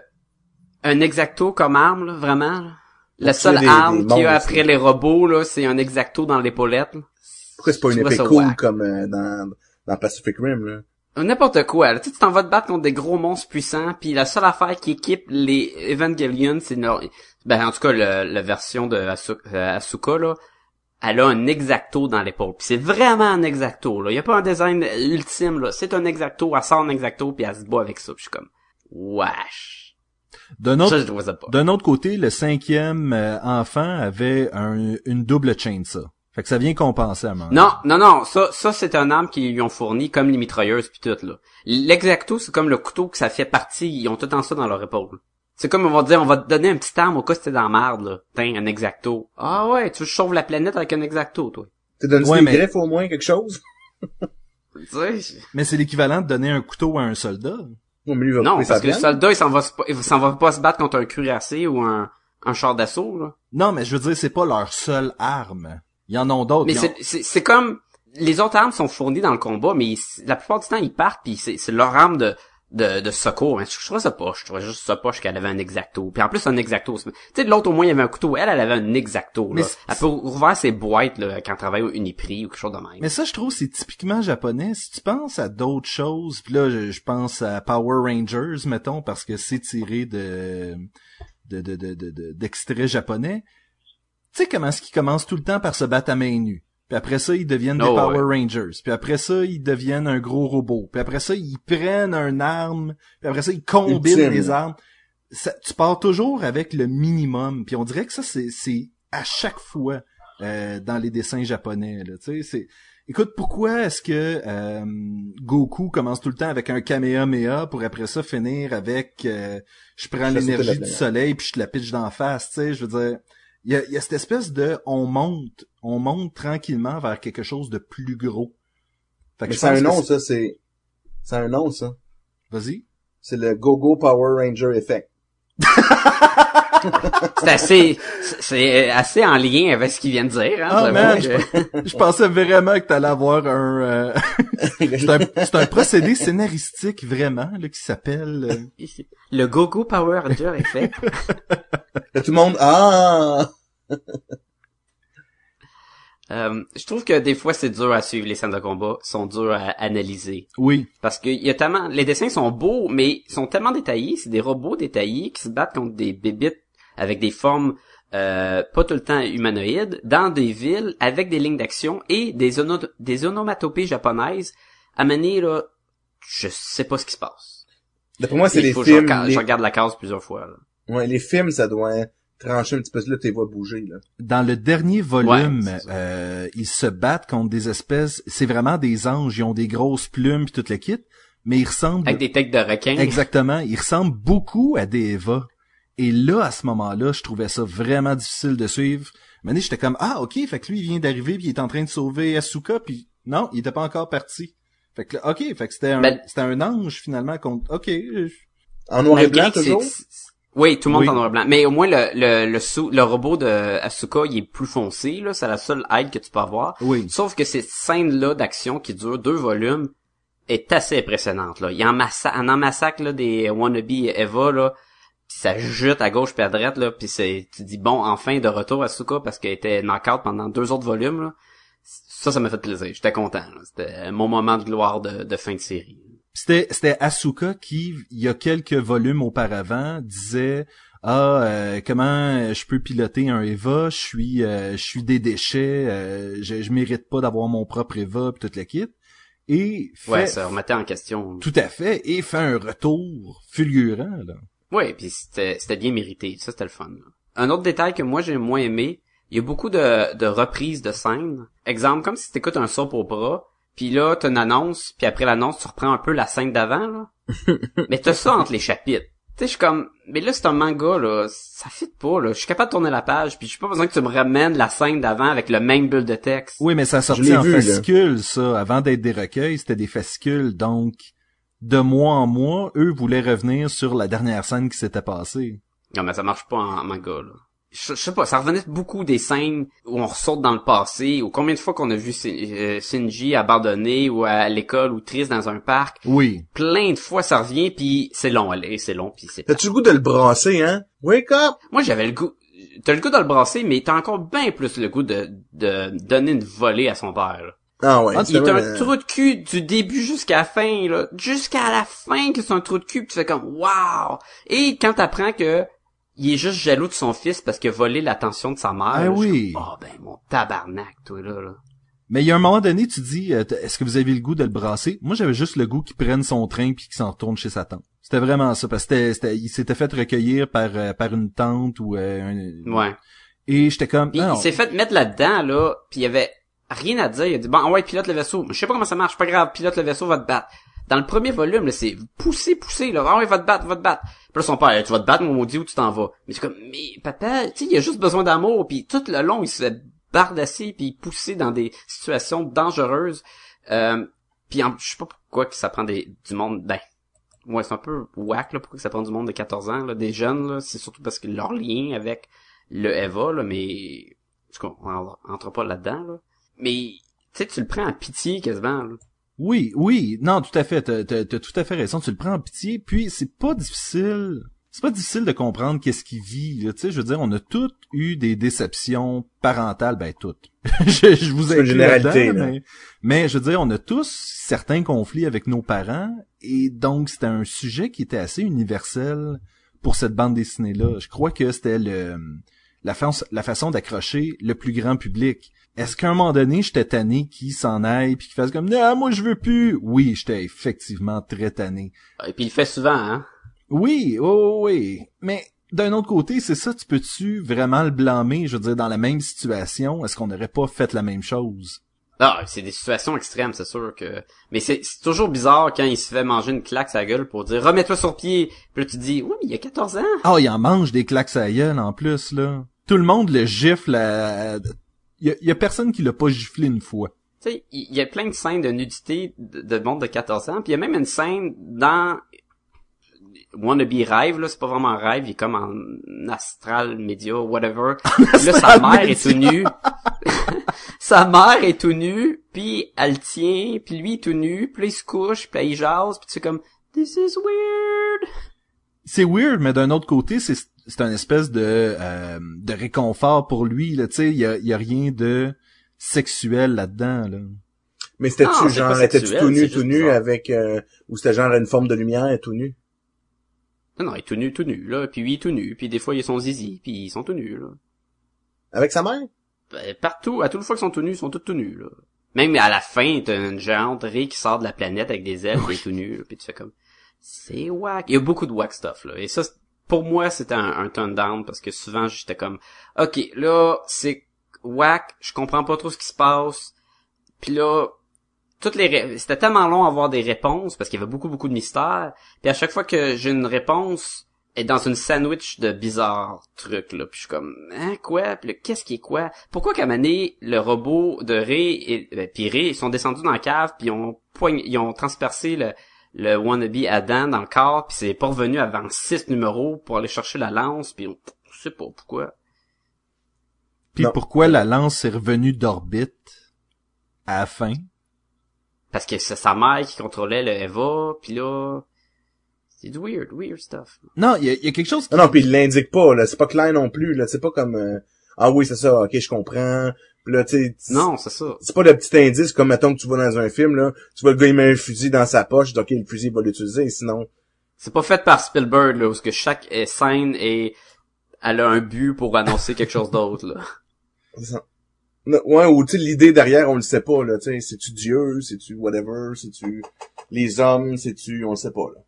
C: un Exacto comme arme, là, vraiment, là. La seule des, arme des qu'il y a après les robots, là, c'est un Exacto dans l'épaulette. Là.
D: Pourquoi c'est pas une épée cool wack. Comme euh, dans, dans Pacific Rim, là?
C: N'importe quoi, là. Tu sais, tu t'en vas te battre contre des gros monstres puissants, puis la seule affaire qui équipe les Evangelion, c'est une... Ben, en tout cas, le, la version de Asuka, euh, Asuka là, elle a un exacto dans l'épaule. Puis c'est vraiment un exacto, là. Il y a pas un design ultime, là. C'est un exacto, elle sort un exacto, puis elle se bat avec ça. Puis je suis comme, wesh.
B: D'un autre,
C: Ça, je trouvais ça pas.
B: d'un autre côté, le cinquième euh, enfant avait un, une double chainsaw. Fait que ça vient compenser à un moment.
C: Non, non, non, ça, ça c'est un arme qu'ils lui ont fourni, comme les mitrailleuses puis tout, là. L'exacto, c'est comme le couteau que ça fait partie, ils ont tout en ça dans leur épaule. C'est comme on va dire, on va te donner un petit arme au cas si t'es dans la merde, là. Tiens, un exacto. Ah ouais, tu sauves la planète avec un exacto, toi.
D: Tu donnes
B: Ouais,
D: des
B: mais-
D: griffes au moins, quelque chose?
C: Tu sais,
B: Mais c'est l'équivalent de donner un couteau à un soldat.
D: Non, mais lui, il va
C: non,
D: couper sa
C: parce que le
D: viande.
C: soldat, il s'en va, se- il s'en va pas se battre contre un cuirassé ou un, un char d'assaut, là.
B: Non, mais je veux dire, c'est pas leur seule arme. Ils en ont d'autres.
C: Mais
B: Ils
C: c'est,
B: ont-
C: c'est, c'est comme, les autres armes sont fournies dans le combat, mais ils- la plupart du temps, ils partent pis c'est, c'est leur arme de, de, de secours. Mais je trouvais ça poche. Je trouvais juste ça poche qu'elle avait un exacto. Puis en plus, un exacto. c'est- Tu sais, de l'autre, au moins, il y avait un couteau. Elle, elle avait un exacto,
B: Mais
C: là.
B: c'est-
C: Elle peut ouvrir ses boîtes, là, quand elle travaille au Uniprix ou quelque chose de même.
B: Mais ça, je trouve, c'est typiquement japonais. Si tu penses à d'autres choses, puis là, je, je pense à Power Rangers, mettons, parce que c'est tiré de, de, de, de, de, de- d'extraits japonais. Tu sais comment est-ce qu'ils commencent tout le temps par se battre à main nue. Puis après ça, ils deviennent des
C: Oh,
B: Power
C: ouais.
B: Rangers. Puis après ça, ils deviennent un gros robot. Puis après ça, ils prennent un arme. Puis après ça, ils combinent
D: Ultime.
B: les armes. Ça, tu pars toujours avec le minimum. Puis on dirait que ça, c'est, c'est à chaque fois euh, dans les dessins japonais. Là, tu sais, c'est. Écoute, pourquoi est-ce que euh, Goku commence tout le temps avec un Kamehameha pour après ça finir avec euh, je prends
D: Je fais sauter la
B: l'énergie du
D: planète.
B: soleil puis je te la pitche d'en face, tu sais, je veux dire. Il y a, il y a cette espèce de on monte, on monte tranquillement vers quelque chose de plus gros. Fait que
D: Mais
B: je
D: c'est
B: pense
D: un
B: que
D: nom,
B: c'est-
D: ça, c'est... C'est un nom, ça.
B: Vas-y.
D: C'est le Go-Go Power Ranger Effect.
C: C'est assez, c'est- c'est assez en lien avec ce qu'ils viennent de dire, hein.
B: Ah,
C: j'avoue
B: man,
C: que-
B: Je pensais vraiment que t'allais avoir un euh, c'est un c'est un procédé scénaristique vraiment là qui s'appelle euh,
C: Le Go-Go Power Ranger Effect.
D: Là, tout le monde... Ah!
C: Euh, je trouve que des fois c'est dur à suivre, les scènes de combat sont dures à analyser.
B: oui.
C: Parce que il y a tellement, les dessins sont beaux, mais ils sont tellement détaillés, c'est des robots détaillés qui se battent contre des bébites avec des formes euh, pas tout le temps humanoïdes, dans des villes, avec des lignes d'action et des, ono- des onomatopées japonaises. À mener, là, je sais pas ce qui se passe.
D: D'après moi, c'est
C: Il
D: les
C: faut que je
D: films...
C: regarde,
D: les...
C: je regarde la case plusieurs fois, là.
D: Ouais, les films, ça doit trancher un petit peu. Là, t'es vois bouger, là.
B: Dans le dernier volume,
C: Ouais, c'est ça.
B: euh, ils se battent contre des espèces, c'est vraiment des anges, ils ont des grosses plumes puis toute la kit, mais ils ressemblent
C: Avec des têtes de requins.
B: exactement, ils ressemblent beaucoup à des Eva. Et là, à ce moment-là, je trouvais ça vraiment difficile de suivre. Mais j'étais comme ah ok, fait que lui il vient d'arriver puis il est en train de sauver Asuka puis non, il était pas encore parti. Fait que là, ok, fait que c'était un
C: Ben-
B: c'était un ange finalement contre ok. je-
D: En noir et
C: Malgré
D: blanc,
C: que c'est-
D: toujours?
C: c'est- Oui, tout le monde
B: Oui.
C: est en noir et blanc. Mais au moins, le, le, le, sou- le robot de Asuka, il est plus foncé, là. C'est la seule aide que tu peux avoir.
B: Oui.
C: Sauf que cette scène-là d'action qui dure deux volumes est assez impressionnante, là. Il en massacre, en massacre, là, des wannabe Eva, là. Pis ça jute à gauche puis à droite, là. Pis c'est, tu dis, bon, enfin, de retour Asuka parce qu'elle était knock-out pendant deux autres volumes, là. Ça, ça m'a fait plaisir. J'étais content, là. C'était mon moment de gloire de, de fin de série.
B: C'était c'était Asuka qui il y a quelques volumes auparavant disait ah euh, comment je peux piloter un Eva, je suis euh, je suis des déchets, euh, je, je mérite pas d'avoir mon propre Eva puis toute la kit. Et fait,
C: Ouais, ça remettait en question.
B: tout à fait et fait un retour fulgurant là.
C: Ouais, puis c'était c'était bien mérité. Ça, c'était le fun. Là. Un autre détail que moi, j'ai moins aimé, il y a beaucoup de, de reprises de scènes. Exemple, comme si t'écoutes un soap opera, puis là, t'as une annonce, puis après l'annonce, tu reprends un peu la scène d'avant, là. Mais t'as ça entre les chapitres. Tu sais, je suis comme, mais là, c'est un manga, là, ça fit pas, là. Je suis capable de tourner la page, puis j'ai pas besoin que tu me ramènes la scène d'avant avec le même bulle de texte.
B: Oui, mais ça
D: Je
B: sortait
D: l'ai
B: en
D: vu, là.
B: fascicules ça, avant d'être des recueils, c'était des fascicules donc de mois en mois, eux voulaient revenir sur la dernière scène qui s'était passée.
C: Non, mais ça marche pas en, en manga, là. Je, je sais pas, ça revenait beaucoup des scènes où on ressaute dans le passé, ou combien de fois qu'on a vu Shin- euh, Shinji abandonné, ou à l'école, ou triste dans un parc.
B: Oui.
C: Plein de fois ça revient, puis c'est long, allez, c'est long, puis c'est...
D: T'as-tu le goût de le brasser, hein? Wake up!
C: Moi, j'avais le goût... T'as le goût de le brasser, mais t'as encore bien plus le goût de, de donner une volée à son père, là.
D: Ah ouais.
B: Ah,
C: Il est un
D: euh,
C: trou de cul du début jusqu'à la fin, là. Jusqu'à la fin que c'est un trou de cul, pis tu fais comme, wow! Et quand t'apprends que il est juste jaloux de son fils parce qu'il a volé l'attention de sa mère.
B: Ah oui.
C: Oh ben mon tabarnak, toi là. là.
B: Mais il y a un moment donné, tu dis, euh, est-ce que vous avez le goût de le brasser? Moi, j'avais juste le goût qu'il prenne son train puis qu'il s'en retourne chez sa tante. C'était vraiment ça, parce que c'était, c'était, il s'était fait recueillir par euh, par une tante ou euh, un...
C: Ouais.
B: Et j'étais comme...
C: Puis
B: non,
C: il s'est fait mettre là-dedans, là, puis il y avait rien à dire. Il a dit, bon, ah ouais, pilote le vaisseau. Je sais pas comment ça marche, pas grave, pilote le vaisseau, va te battre. Dans le premier volume, là, c'est pousser, pousser, là. Ah ouais, va te battre, va te battre. Puis là, son père, tu vas te battre, mon maudit, où tu t'en vas. Mais c'est comme, mais papa, tu sais, il a juste besoin d'amour, puis tout le long, il se fait bardasser, puis pousser dans des situations dangereuses. Euh, puis en, je sais pas pourquoi que ça prend des, du monde, ben, ouais, c'est un peu whack, là, pourquoi que ça prend du monde de quatorze ans, là, des jeunes, là. C'est surtout parce que leur lien avec le Eva, là, mais, en tout cas, on entre pas là-dedans, là. Mais, tu sais, tu le prends en pitié, quasiment, là.
B: Oui, oui, non, tout à fait, t'as, t'as, t'as tout à fait raison, tu le prends en pitié, puis c'est pas difficile, c'est pas difficile de comprendre qu'est-ce qu'il vit, là, tu sais, je veux dire, on a toutes eu des déceptions parentales, ben toutes, je, je vous ai
D: une généralité,
B: là-dedans,
D: là.
B: mais, mais je veux dire, on a tous certains conflits avec nos parents, et donc c'était un sujet qui était assez universel pour cette bande dessinée-là. Je crois que c'était le la, fa- la façon d'accrocher le plus grand public. Est-ce qu'à un moment donné, j'étais tanné qu'il s'en aille puis qu'il fasse comme « Ah, moi, je veux plus! » Oui, j'étais effectivement très tanné.
C: Et puis il le fait souvent, hein.
B: Oui, oh, oui. Mais d'un autre côté, c'est ça, tu peux-tu vraiment le blâmer? Je veux dire, dans la même situation, est-ce qu'on n'aurait pas fait la même chose?
C: Ah, c'est des situations extrêmes, c'est sûr que... Mais c'est, c'est toujours bizarre quand il se fait manger une claque sa gueule pour dire « Remets-toi sur pied! » Puis là, tu dis « Oui, mais il y a quatorze ans! »
B: Ah, il en mange des claques à gueule, en plus, là. Tout le monde le gifle à... Il y a, y a personne qui l'a pas giflé une fois.
C: Tu sais, il y a plein de scènes de nudité de, de monde de quatorze ans, puis il y a même une scène dans Wannabe Rêve, là, c'est pas vraiment un rêve, il est comme en astral média, whatever. Puis là, sa mère est tout nue. Sa mère est tout nue, puis elle tient, puis lui est tout nu, puis là, il se couche, puis là, il jase, puis tu sais comme « This is weird! »
B: C'est weird, mais d'un autre côté, c'est c'est un espèce de euh, de réconfort pour lui, là, tu sais, il y a, y a rien de sexuel là-dedans, là.
D: Mais c'était-tu
C: Non, c'est
D: genre,
C: pas
D: était-tu
C: sexuel,
D: tout nu,
C: c'est
D: tout
C: juste
D: nu
C: bizarre.
D: avec, euh, ou c'était genre une forme de lumière tout nu?
C: Non, non, il est tout nu, tout nu, là, puis lui, il est tout nu, puis des fois, ils sont zizi, puis ils sont tout nus, là.
D: Avec sa mère?
C: Ben, partout, à toutes les fois qu'ils sont tout nus, ils sont tous tout nus, là. Même à la fin, t'as une géante raie qui sort de la planète avec des ailes, qui est tout nu, là, puis tu fais comme, c'est whack. Il y a beaucoup de whack stuff, là. Et ça, pour moi, c'était un, un turn down, parce que souvent, j'étais comme, ok, là, c'est whack, je comprends pas trop ce qui se passe, puis là, toutes les ré... c'était tellement long à avoir des réponses, parce qu'il y avait beaucoup, beaucoup de mystères, puis à chaque fois que j'ai une réponse, est dans une sandwich de bizarres trucs, là. Puis je suis comme, hein, quoi? Puis là, qu'est-ce qui est quoi? Pourquoi qu'à Mané, le robot de Ray et, ben, puis Ray, ils sont descendus dans la cave, puis ils ont poign... ils ont transpercé le, le wannabe Adam dans le corps, puis c'est pas revenu avant six numéros pour aller chercher la lance, puis on... je sais pas pourquoi.
B: Puis
D: Non.
B: pourquoi la lance est revenue d'orbite à la fin?
C: Parce que c'est sa mère qui contrôlait le Eva, puis là... c'est du weird, weird stuff.
B: Non, il y a, y a quelque chose qui...
D: Non, non, puis il l'indique pas, là. C'est pas clair non plus, là. C'est pas comme, euh, ah oui, c'est ça, ok, je comprends. Puis là, tu sais...
C: Non, c'est ça.
D: C'est pas le petit indice comme, mettons, que tu vas dans un film, là. Tu vois le gars, il met un fusil dans sa poche, donc, ok, le fusil, il va l'utiliser, sinon...
C: C'est pas fait par Spielberg, là, où que chaque euh, scène est... elle a un but pour annoncer quelque chose d'autre, là.
D: C'est ça. Non, ouais, ou tu sais, l'idée derrière, on le sait pas, là. Tu sais, c'est-tu Dieu, c'est-tu whatever, c'est-tu les hommes, c'est-tu... On le sait pas, là.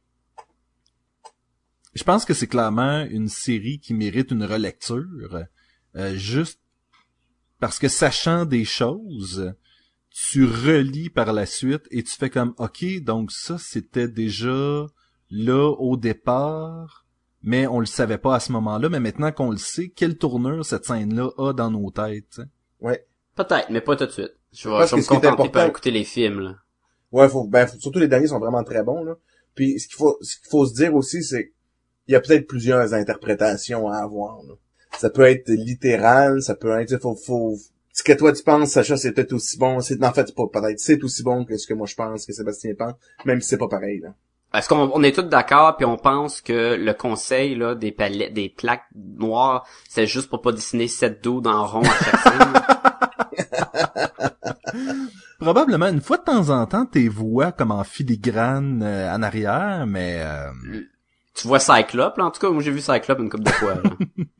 B: Je pense que c'est clairement une série qui mérite une relecture, euh, juste parce que sachant des choses, tu relis par la suite et tu fais comme, ok, donc ça c'était déjà là au départ, mais on le savait pas à ce moment-là, mais maintenant qu'on le sait, quelle tournure cette scène-là a dans nos têtes, t'sais?
D: Ouais.
C: Peut-être, mais pas tout de suite. Je vais,
D: Parce
C: je vais
D: que
C: me
D: ce qui est
C: contenter par
D: important-
C: écouter les films, là.
D: Ouais, faut, ben, faut- surtout les derniers sont vraiment très bons, là. Puis, ce qu'il faut, ce qu'il faut se dire aussi, c'est il y a peut-être plusieurs interprétations à avoir, là. Ça peut être littéral, ça peut être, faut, faut, ce que toi tu penses, Sacha, c'est peut-être aussi bon, c'est, en fait, c'est pas peut-être, c'est aussi bon que ce que moi je pense, que Sébastien pense, même si c'est pas pareil, là.
C: Est-ce qu'on on est tous d'accord puis on pense que le conseil, là, des palettes, des plaques noires, c'est juste pour pas dessiner sept dos dans le rond à chaque scène, là?
B: Probablement, une fois de temps en temps, tes voix comme en filigrane euh, en arrière, mais... Euh...
C: tu vois Cyclope, là, en tout cas, moi j'ai vu Cyclope une couple de fois, là.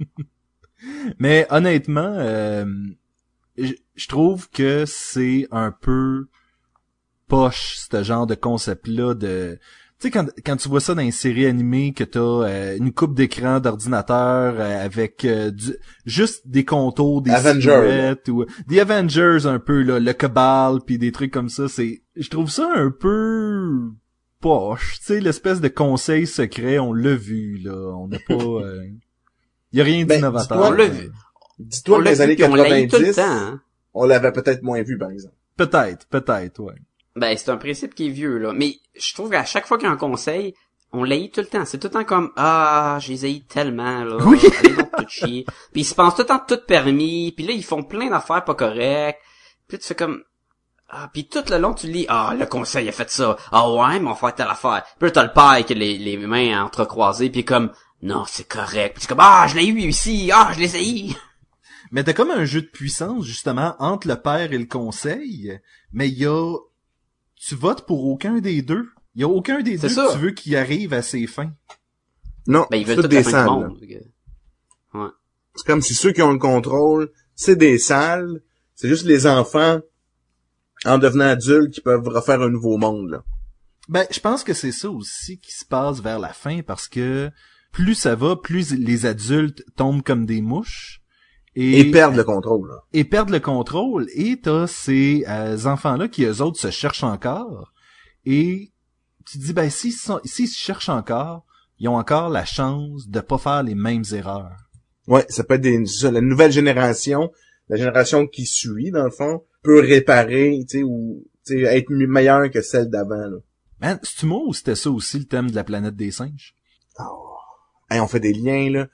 B: Mais honnêtement, euh, je, je trouve que c'est un peu poche, ce genre de concept-là de... Tu sais, quand, quand tu vois ça dans une série animée, que t'as euh, une coupe d'écran d'ordinateur euh, avec euh, du, juste des contours, des
D: Avengers,
B: silhouettes, ou des Avengers un peu, là, le Cabal, puis des trucs comme ça, c'est... Je trouve ça un peu poche. Tu sais, l'espèce de conseil secret, on l'a vu, là. On n'a pas... Euh... Y a rien
D: Ben,
B: d'innovateur.
D: dis-toi,
C: On l'a vu.
D: Dis-toi
C: On
D: que
C: l'a
D: les
C: vu,
D: années
C: puis on l'a eu tout le
D: quatre-vingt-dix,
C: temps, hein.
D: on l'avait peut-être moins vu, par exemple.
B: Peut-être, peut-être, ouais.
C: Ben, c'est un principe qui est vieux, là. Mais je trouve qu'à chaque fois qu'il y a un conseil, on l'haït tout le temps. C'est tout le temps comme, ah, je les haïs tellement, là.
B: Oui.
C: Allez donc tout chier. Puis ils se pensent tout le temps tout permis. Puis là, ils font plein d'affaires pas correctes. Puis tu fais comme, ah, puis tout le long, tu lis, ah, le conseil a fait ça. Ah ouais, mais on va faire telle affaire. Puis là, t'as le père qui a les, les mains entrecroisées, puis comme, non, c'est correct. Puis c'est comme, ah, je l'ai eu ici. Ah, je l'ai haïs.
B: Mais t'as comme un jeu de puissance, justement, entre le père et le conseil, mais il y a... Tu votes pour aucun des deux. Il y a aucun des
C: C'est
B: deux
C: ça.
B: que tu veux qu'il arrive à ses fins.
D: Non,
C: Ben, ils
D: c'est
C: veulent
D: toutes
C: toute
D: des
C: la fin
D: salles.
C: du
D: là.
C: monde. Ouais.
D: C'est comme si ceux qui ont le contrôle, c'est des salles. C'est juste les enfants, en devenant adultes, qui peuvent refaire un nouveau monde, là.
B: Ben, je pense que c'est ça aussi qui se passe vers la fin, parce que plus ça va, plus les adultes tombent comme des mouches. Et,
D: Et perdent le contrôle, là.
B: et perdent le contrôle, et t'as ces euh, enfants-là qui, eux autres, se cherchent encore, et tu te dis, ben, s'ils, sont, s'ils se cherchent encore, ils ont encore la chance de pas faire les mêmes erreurs.
D: Ouais, ça peut être des, ça, la nouvelle génération, la génération qui suit, dans le fond, peut réparer, tu sais, ou, tu sais, être me- meilleure que celle d'avant, là.
B: Man, c'est-tu moi ou c'était ça aussi le thème de la planète des singes?
D: Hey, on fait des liens, là.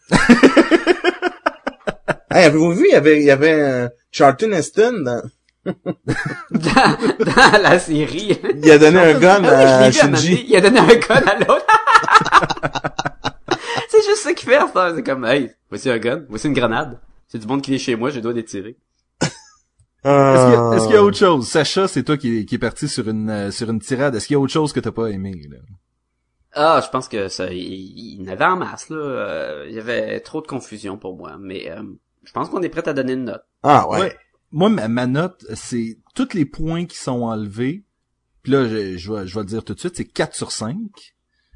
D: Hey, avez-vous vu, il y avait, il y avait euh, Charlton Heston dans...
C: dans, dans la série.
D: Il a donné un gun
C: Ah oui, je
D: à
C: l'ai vu à un moment donné.
D: Shinji.
C: Il a donné un gun à l'autre. C'est juste ça qu'il fait, ça. C'est comme, hey, voici un gun, voici une grenade. C'est du monde qui est chez moi, je dois les tirer.
D: Ah.
B: Est-ce qu'il y a, est-ce qu'il y a autre chose? Sacha, c'est toi qui, qui est parti sur une, euh, sur une tirade. Est-ce qu'il y a autre chose que t'as pas aimé, là?
C: Ah, je pense que ça, il, il y en avait en masse, là. Euh, il y avait trop de confusion pour moi. Mais, euh, je pense qu'on est prêt à donner une note.
D: Ah, ouais.
B: Ouais. Moi, ma, ma note, c'est tous les points qui sont enlevés. Puis là, je, je, vais, je vais le dire tout de suite, c'est quatre sur cinq.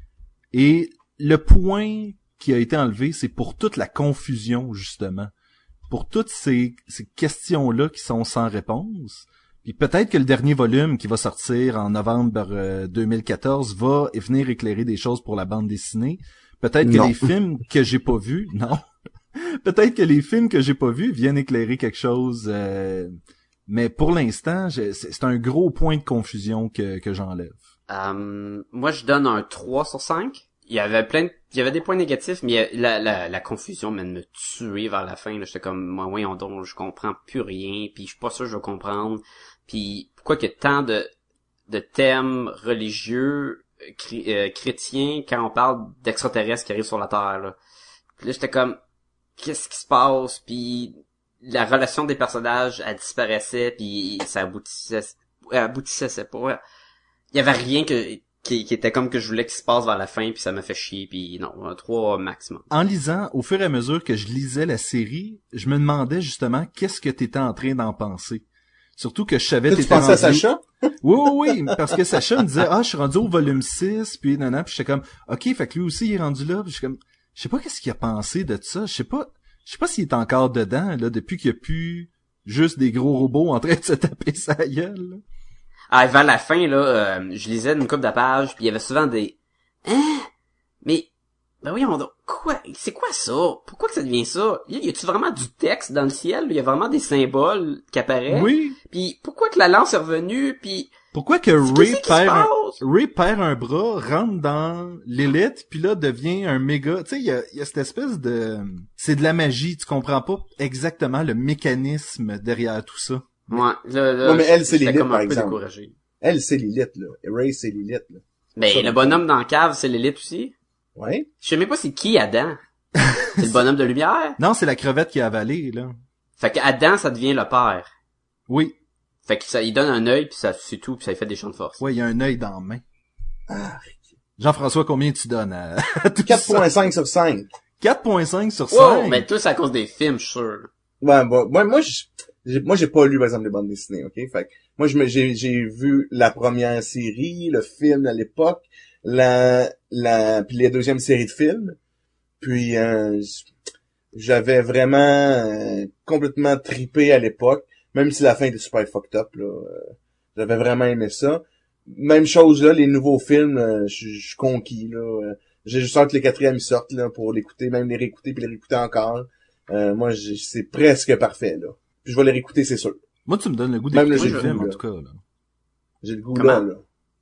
B: Et le point qui a été enlevé, c'est pour toute la confusion, justement. Pour toutes ces, ces questions-là qui sont sans réponse. Puis peut-être que le dernier volume qui va sortir en novembre euh, deux mille quatorze va venir éclairer des choses pour la bande dessinée. Peut-être que
D: Non.
B: les films que j'ai pas vus, non. Peut-être que les films que j'ai pas vus viennent éclairer quelque chose. Euh, mais pour l'instant, je- c'est, c'est un gros point de confusion que, que j'enlève.
C: Euh, moi, je donne un trois sur cinq. Il y avait plein de, il y avait des points négatifs, mais la, la, la confusion même me tuait vers la fin, là. J'étais comme, moi, voyons donc, je comprends plus rien, puis je suis pas sûr que je vais comprendre. Puis, pourquoi qu'il y a tant de, de thèmes religieux, chri- euh, chrétiens, quand on parle d'extraterrestres qui arrivent sur la Terre, là. Puis là, j'étais comme, qu'est-ce qui se passe? Puis, la relation des personnages, elle disparaissait, puis ça aboutissait, elle aboutissait, c'est pas, il y avait rien que, qui, qui était comme que je voulais qu'il se passe vers la fin, puis ça m'a fait chier, puis non, un trois maximum.
B: En lisant, au fur et à mesure que je lisais la série, je me demandais justement qu'est-ce que t'étais en train d'en penser. Surtout que je savais
D: Tu
B: t'étais
D: pensais à
B: rendu-
D: Sacha?
B: Oui, oui, oui, parce que Sacha me disait, ah, je suis rendu au volume six, puis non, non, puis j'étais comme, ok, fait que lui aussi, il est rendu là, puis je suis comme, je sais pas qu'est-ce qu'il a pensé de ça, je sais pas, je sais pas s'il est encore dedans, là, depuis qu'il y a plus juste des gros robots en train de se taper sa gueule, là.
C: Ah, vers la fin, là, euh, je lisais une couple de pages, puis il y avait souvent des, hein? Mais, ben oui, on quoi? C'est quoi ça? Pourquoi que ça devient ça? Y y a-tu vraiment du texte dans le ciel? Il y a vraiment des symboles qui apparaissent?
B: Oui.
C: Puis pourquoi que la lance est revenue? Puis
B: Pourquoi que
C: qu'est-ce
B: Ray
C: qui se
B: perd un,
C: passe?
B: Ray perd un bras, rentre dans l'élite, puis là devient un méga... Tu sais, il y a, il y a cette espèce de... C'est de la magie, tu comprends pas exactement le mécanisme derrière tout ça.
C: Ouais, là, là,
D: Non, mais elle, c'est
C: j'étais
D: Lilith,
C: comme
D: par
C: un peu
D: exemple.
C: découragé.
D: Elle, c'est Lilith, là. Ray, c'est Lilith, là.
C: Ben,
D: Ça,
C: le
D: non.
C: bonhomme dans la cave, c'est l'élite aussi.
D: Ouais.
C: Je sais même pas c'est qui Adam. C'est le bonhomme de lumière?
B: Non, c'est la crevette qui a avalé, là.
C: Fait que Adam, ça devient le père.
B: Oui.
C: Fait que ça, il donne un œil, puis ça, c'est tout, puis ça lui fait des champs de force.
B: Ouais, il y a un œil dans la main.
D: Ah.
B: Jean-François, combien tu donnes à, à tout
D: quatre
B: ça?
D: virgule cinq sur cinq.
B: quatre virgule cinq sur
C: Wow,
B: cinq?
C: mais tout c'est à cause des films, je suis sûr.
D: Ouais, bon, moi, moi, j'ai, moi, j'ai pas lu, par exemple, les bandes dessinées, ok? Fait que, moi, je me, j'ai, j'ai vu la première série, le film à l'époque, la, la, puis la deuxième série de films. Puis, euh, j'avais vraiment euh, complètement tripé à l'époque, même si la fin était super fucked up, là. Euh, j'avais vraiment aimé ça. Même chose, là, les nouveaux films, euh, je suis conquis, là. Euh, j'ai juste hâte que les quatrièmes sortent, là, pour l'écouter, même les réécouter puis les réécouter encore. Euh, moi, j'ai, c'est presque parfait, là. Puis je vais les réécouter, c'est sûr.
B: Moi, tu me donnes le goût
D: Même
B: d'écouter
D: le
B: le
D: jeu,
B: film,
D: là.
B: en tout cas, là.
D: J'ai le goût
C: Comment?
D: là, là.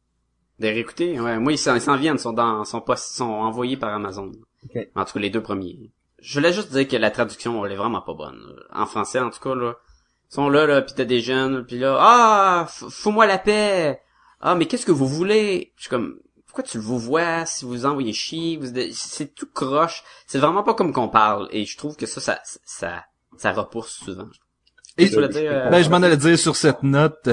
C: De réécouter, ouais. Moi, ils s'en, ils s'en viennent, sont dans, sont pas, sont envoyés par Amazon.
D: Okay.
C: En tout cas, les deux premiers. Je voulais juste dire que la traduction, elle est vraiment pas bonne. En français, en tout cas, là. Ils sont là, là, pis t'as des jeunes, pis là, ah, f- fous-moi la paix. Ah, mais qu'est-ce que vous voulez? Je suis comme, pourquoi tu le vous vois, si vous envoyez chier, vous, c'est tout croche. C'est vraiment pas comme qu'on parle, et je trouve que ça, ça, ça, ça repousse souvent.
B: Et,
C: Tu voulais dire, euh,
B: ben, je m'en allais dire sur cette note,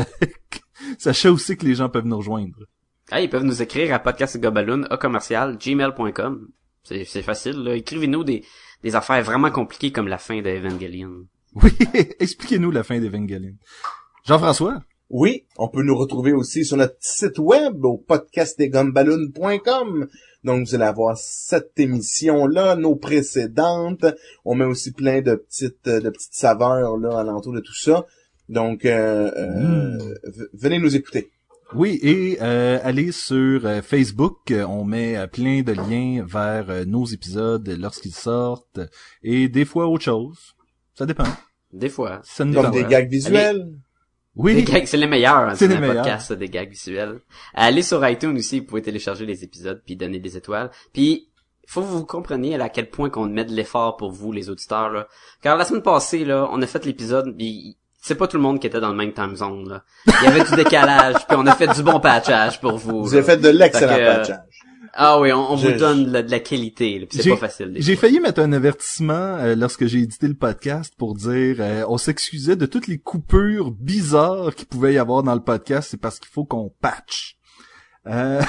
B: sachez aussi que les gens peuvent nous rejoindre.
C: Ah, ils peuvent nous écrire à podcastgobaloon, à commercial, gmail point com. C'est, c'est facile, là. Écrivez-nous des, des affaires vraiment compliquées comme la fin d'Evangelion.
B: Oui, expliquez-nous la fin d'Evangelion. Jean-François?
D: Oui, on peut nous retrouver aussi sur notre site web au podcast des gumballoons point com. Donc, vous allez avoir cette émission-là, nos précédentes. On met aussi plein de petites de petites saveurs là alentour de tout ça. Donc, euh, euh,
B: Mm.
D: v- venez nous écouter.
B: Oui, et euh, allez sur euh, Facebook, euh, on met euh, plein de liens vers euh, nos épisodes lorsqu'ils sortent, et des fois autre chose. Ça dépend.
C: Des fois.
B: Ça nous
D: Comme
B: dépend.
D: des gags visuels.
B: Oui,
C: Des gags, c'est les meilleurs, hein,
B: C'est
C: c'est
B: les
C: un
B: meilleurs.
C: podcast, ça, des gags visuels. Allez sur iTunes aussi, vous pouvez télécharger les épisodes puis donner des étoiles. Puis, faut que vous compreniez à quel point qu'on met de l'effort pour vous, les auditeurs, là. Car la semaine passée, là, on a fait l'épisode, puis c'est pas tout le monde qui était dans le même time zone, là. Il y avait du décalage, puis on a fait du bon patchage pour vous.
D: Vous
C: là.
D: avez fait de l'excellent
C: Fait que, euh,
D: patchage.
C: Ah oui, on, on
D: Je-
C: vous donne de la, de la qualité, là, puis c'est
B: J'ai-
C: pas facile. des
B: j'ai
C: fois.
B: failli mettre un avertissement euh, lorsque j'ai édité le podcast pour dire euh, on s'excusait de toutes les coupures bizarres qu'il pouvait y avoir dans le podcast, c'est parce qu'il faut qu'on patch. Euh,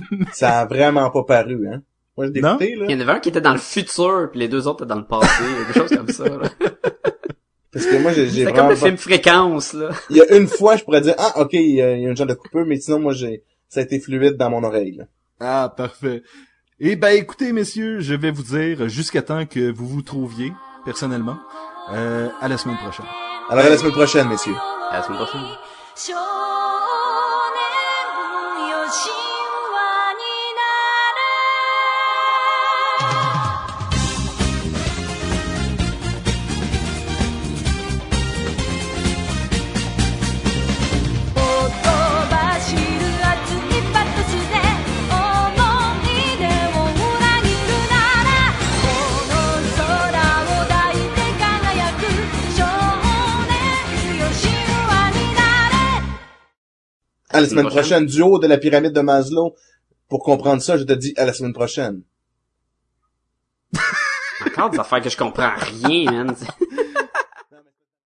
D: Ça a vraiment pas paru, hein. Moi, je l'ai
B: Non?
D: écouté, là.
C: Il y en avait un qui était dans le futur, puis les deux autres étaient dans le passé, des choses comme ça, là.
D: Parce que moi, j'ai, j'ai
C: C'est comme
D: vraiment
C: le
D: pas-
C: film Fréquence, là.
D: Il y a une fois, je pourrais dire, ah, ok, il y a, il y a une genre de coupure, mais sinon, moi, j'ai, ça a été fluide dans mon oreille, là.
B: Ah, parfait. Eh ben, écoutez, messieurs, je vais vous dire jusqu'à temps que vous vous trouviez, personnellement, euh, à la semaine prochaine.
D: Alors, à la semaine prochaine, messieurs.
C: À la semaine prochaine.
F: 少年よ神話になれほとばしる熱いパトスで思い出を裏切るならこの空を抱いて輝く少年よ神話になれ
D: À la semaine
C: prochaine.
D: prochaine, du haut de la pyramide de Maslow. Pour comprendre ça, je te dis à la semaine prochaine.
C: Encore des affaires que je comprends rien, man.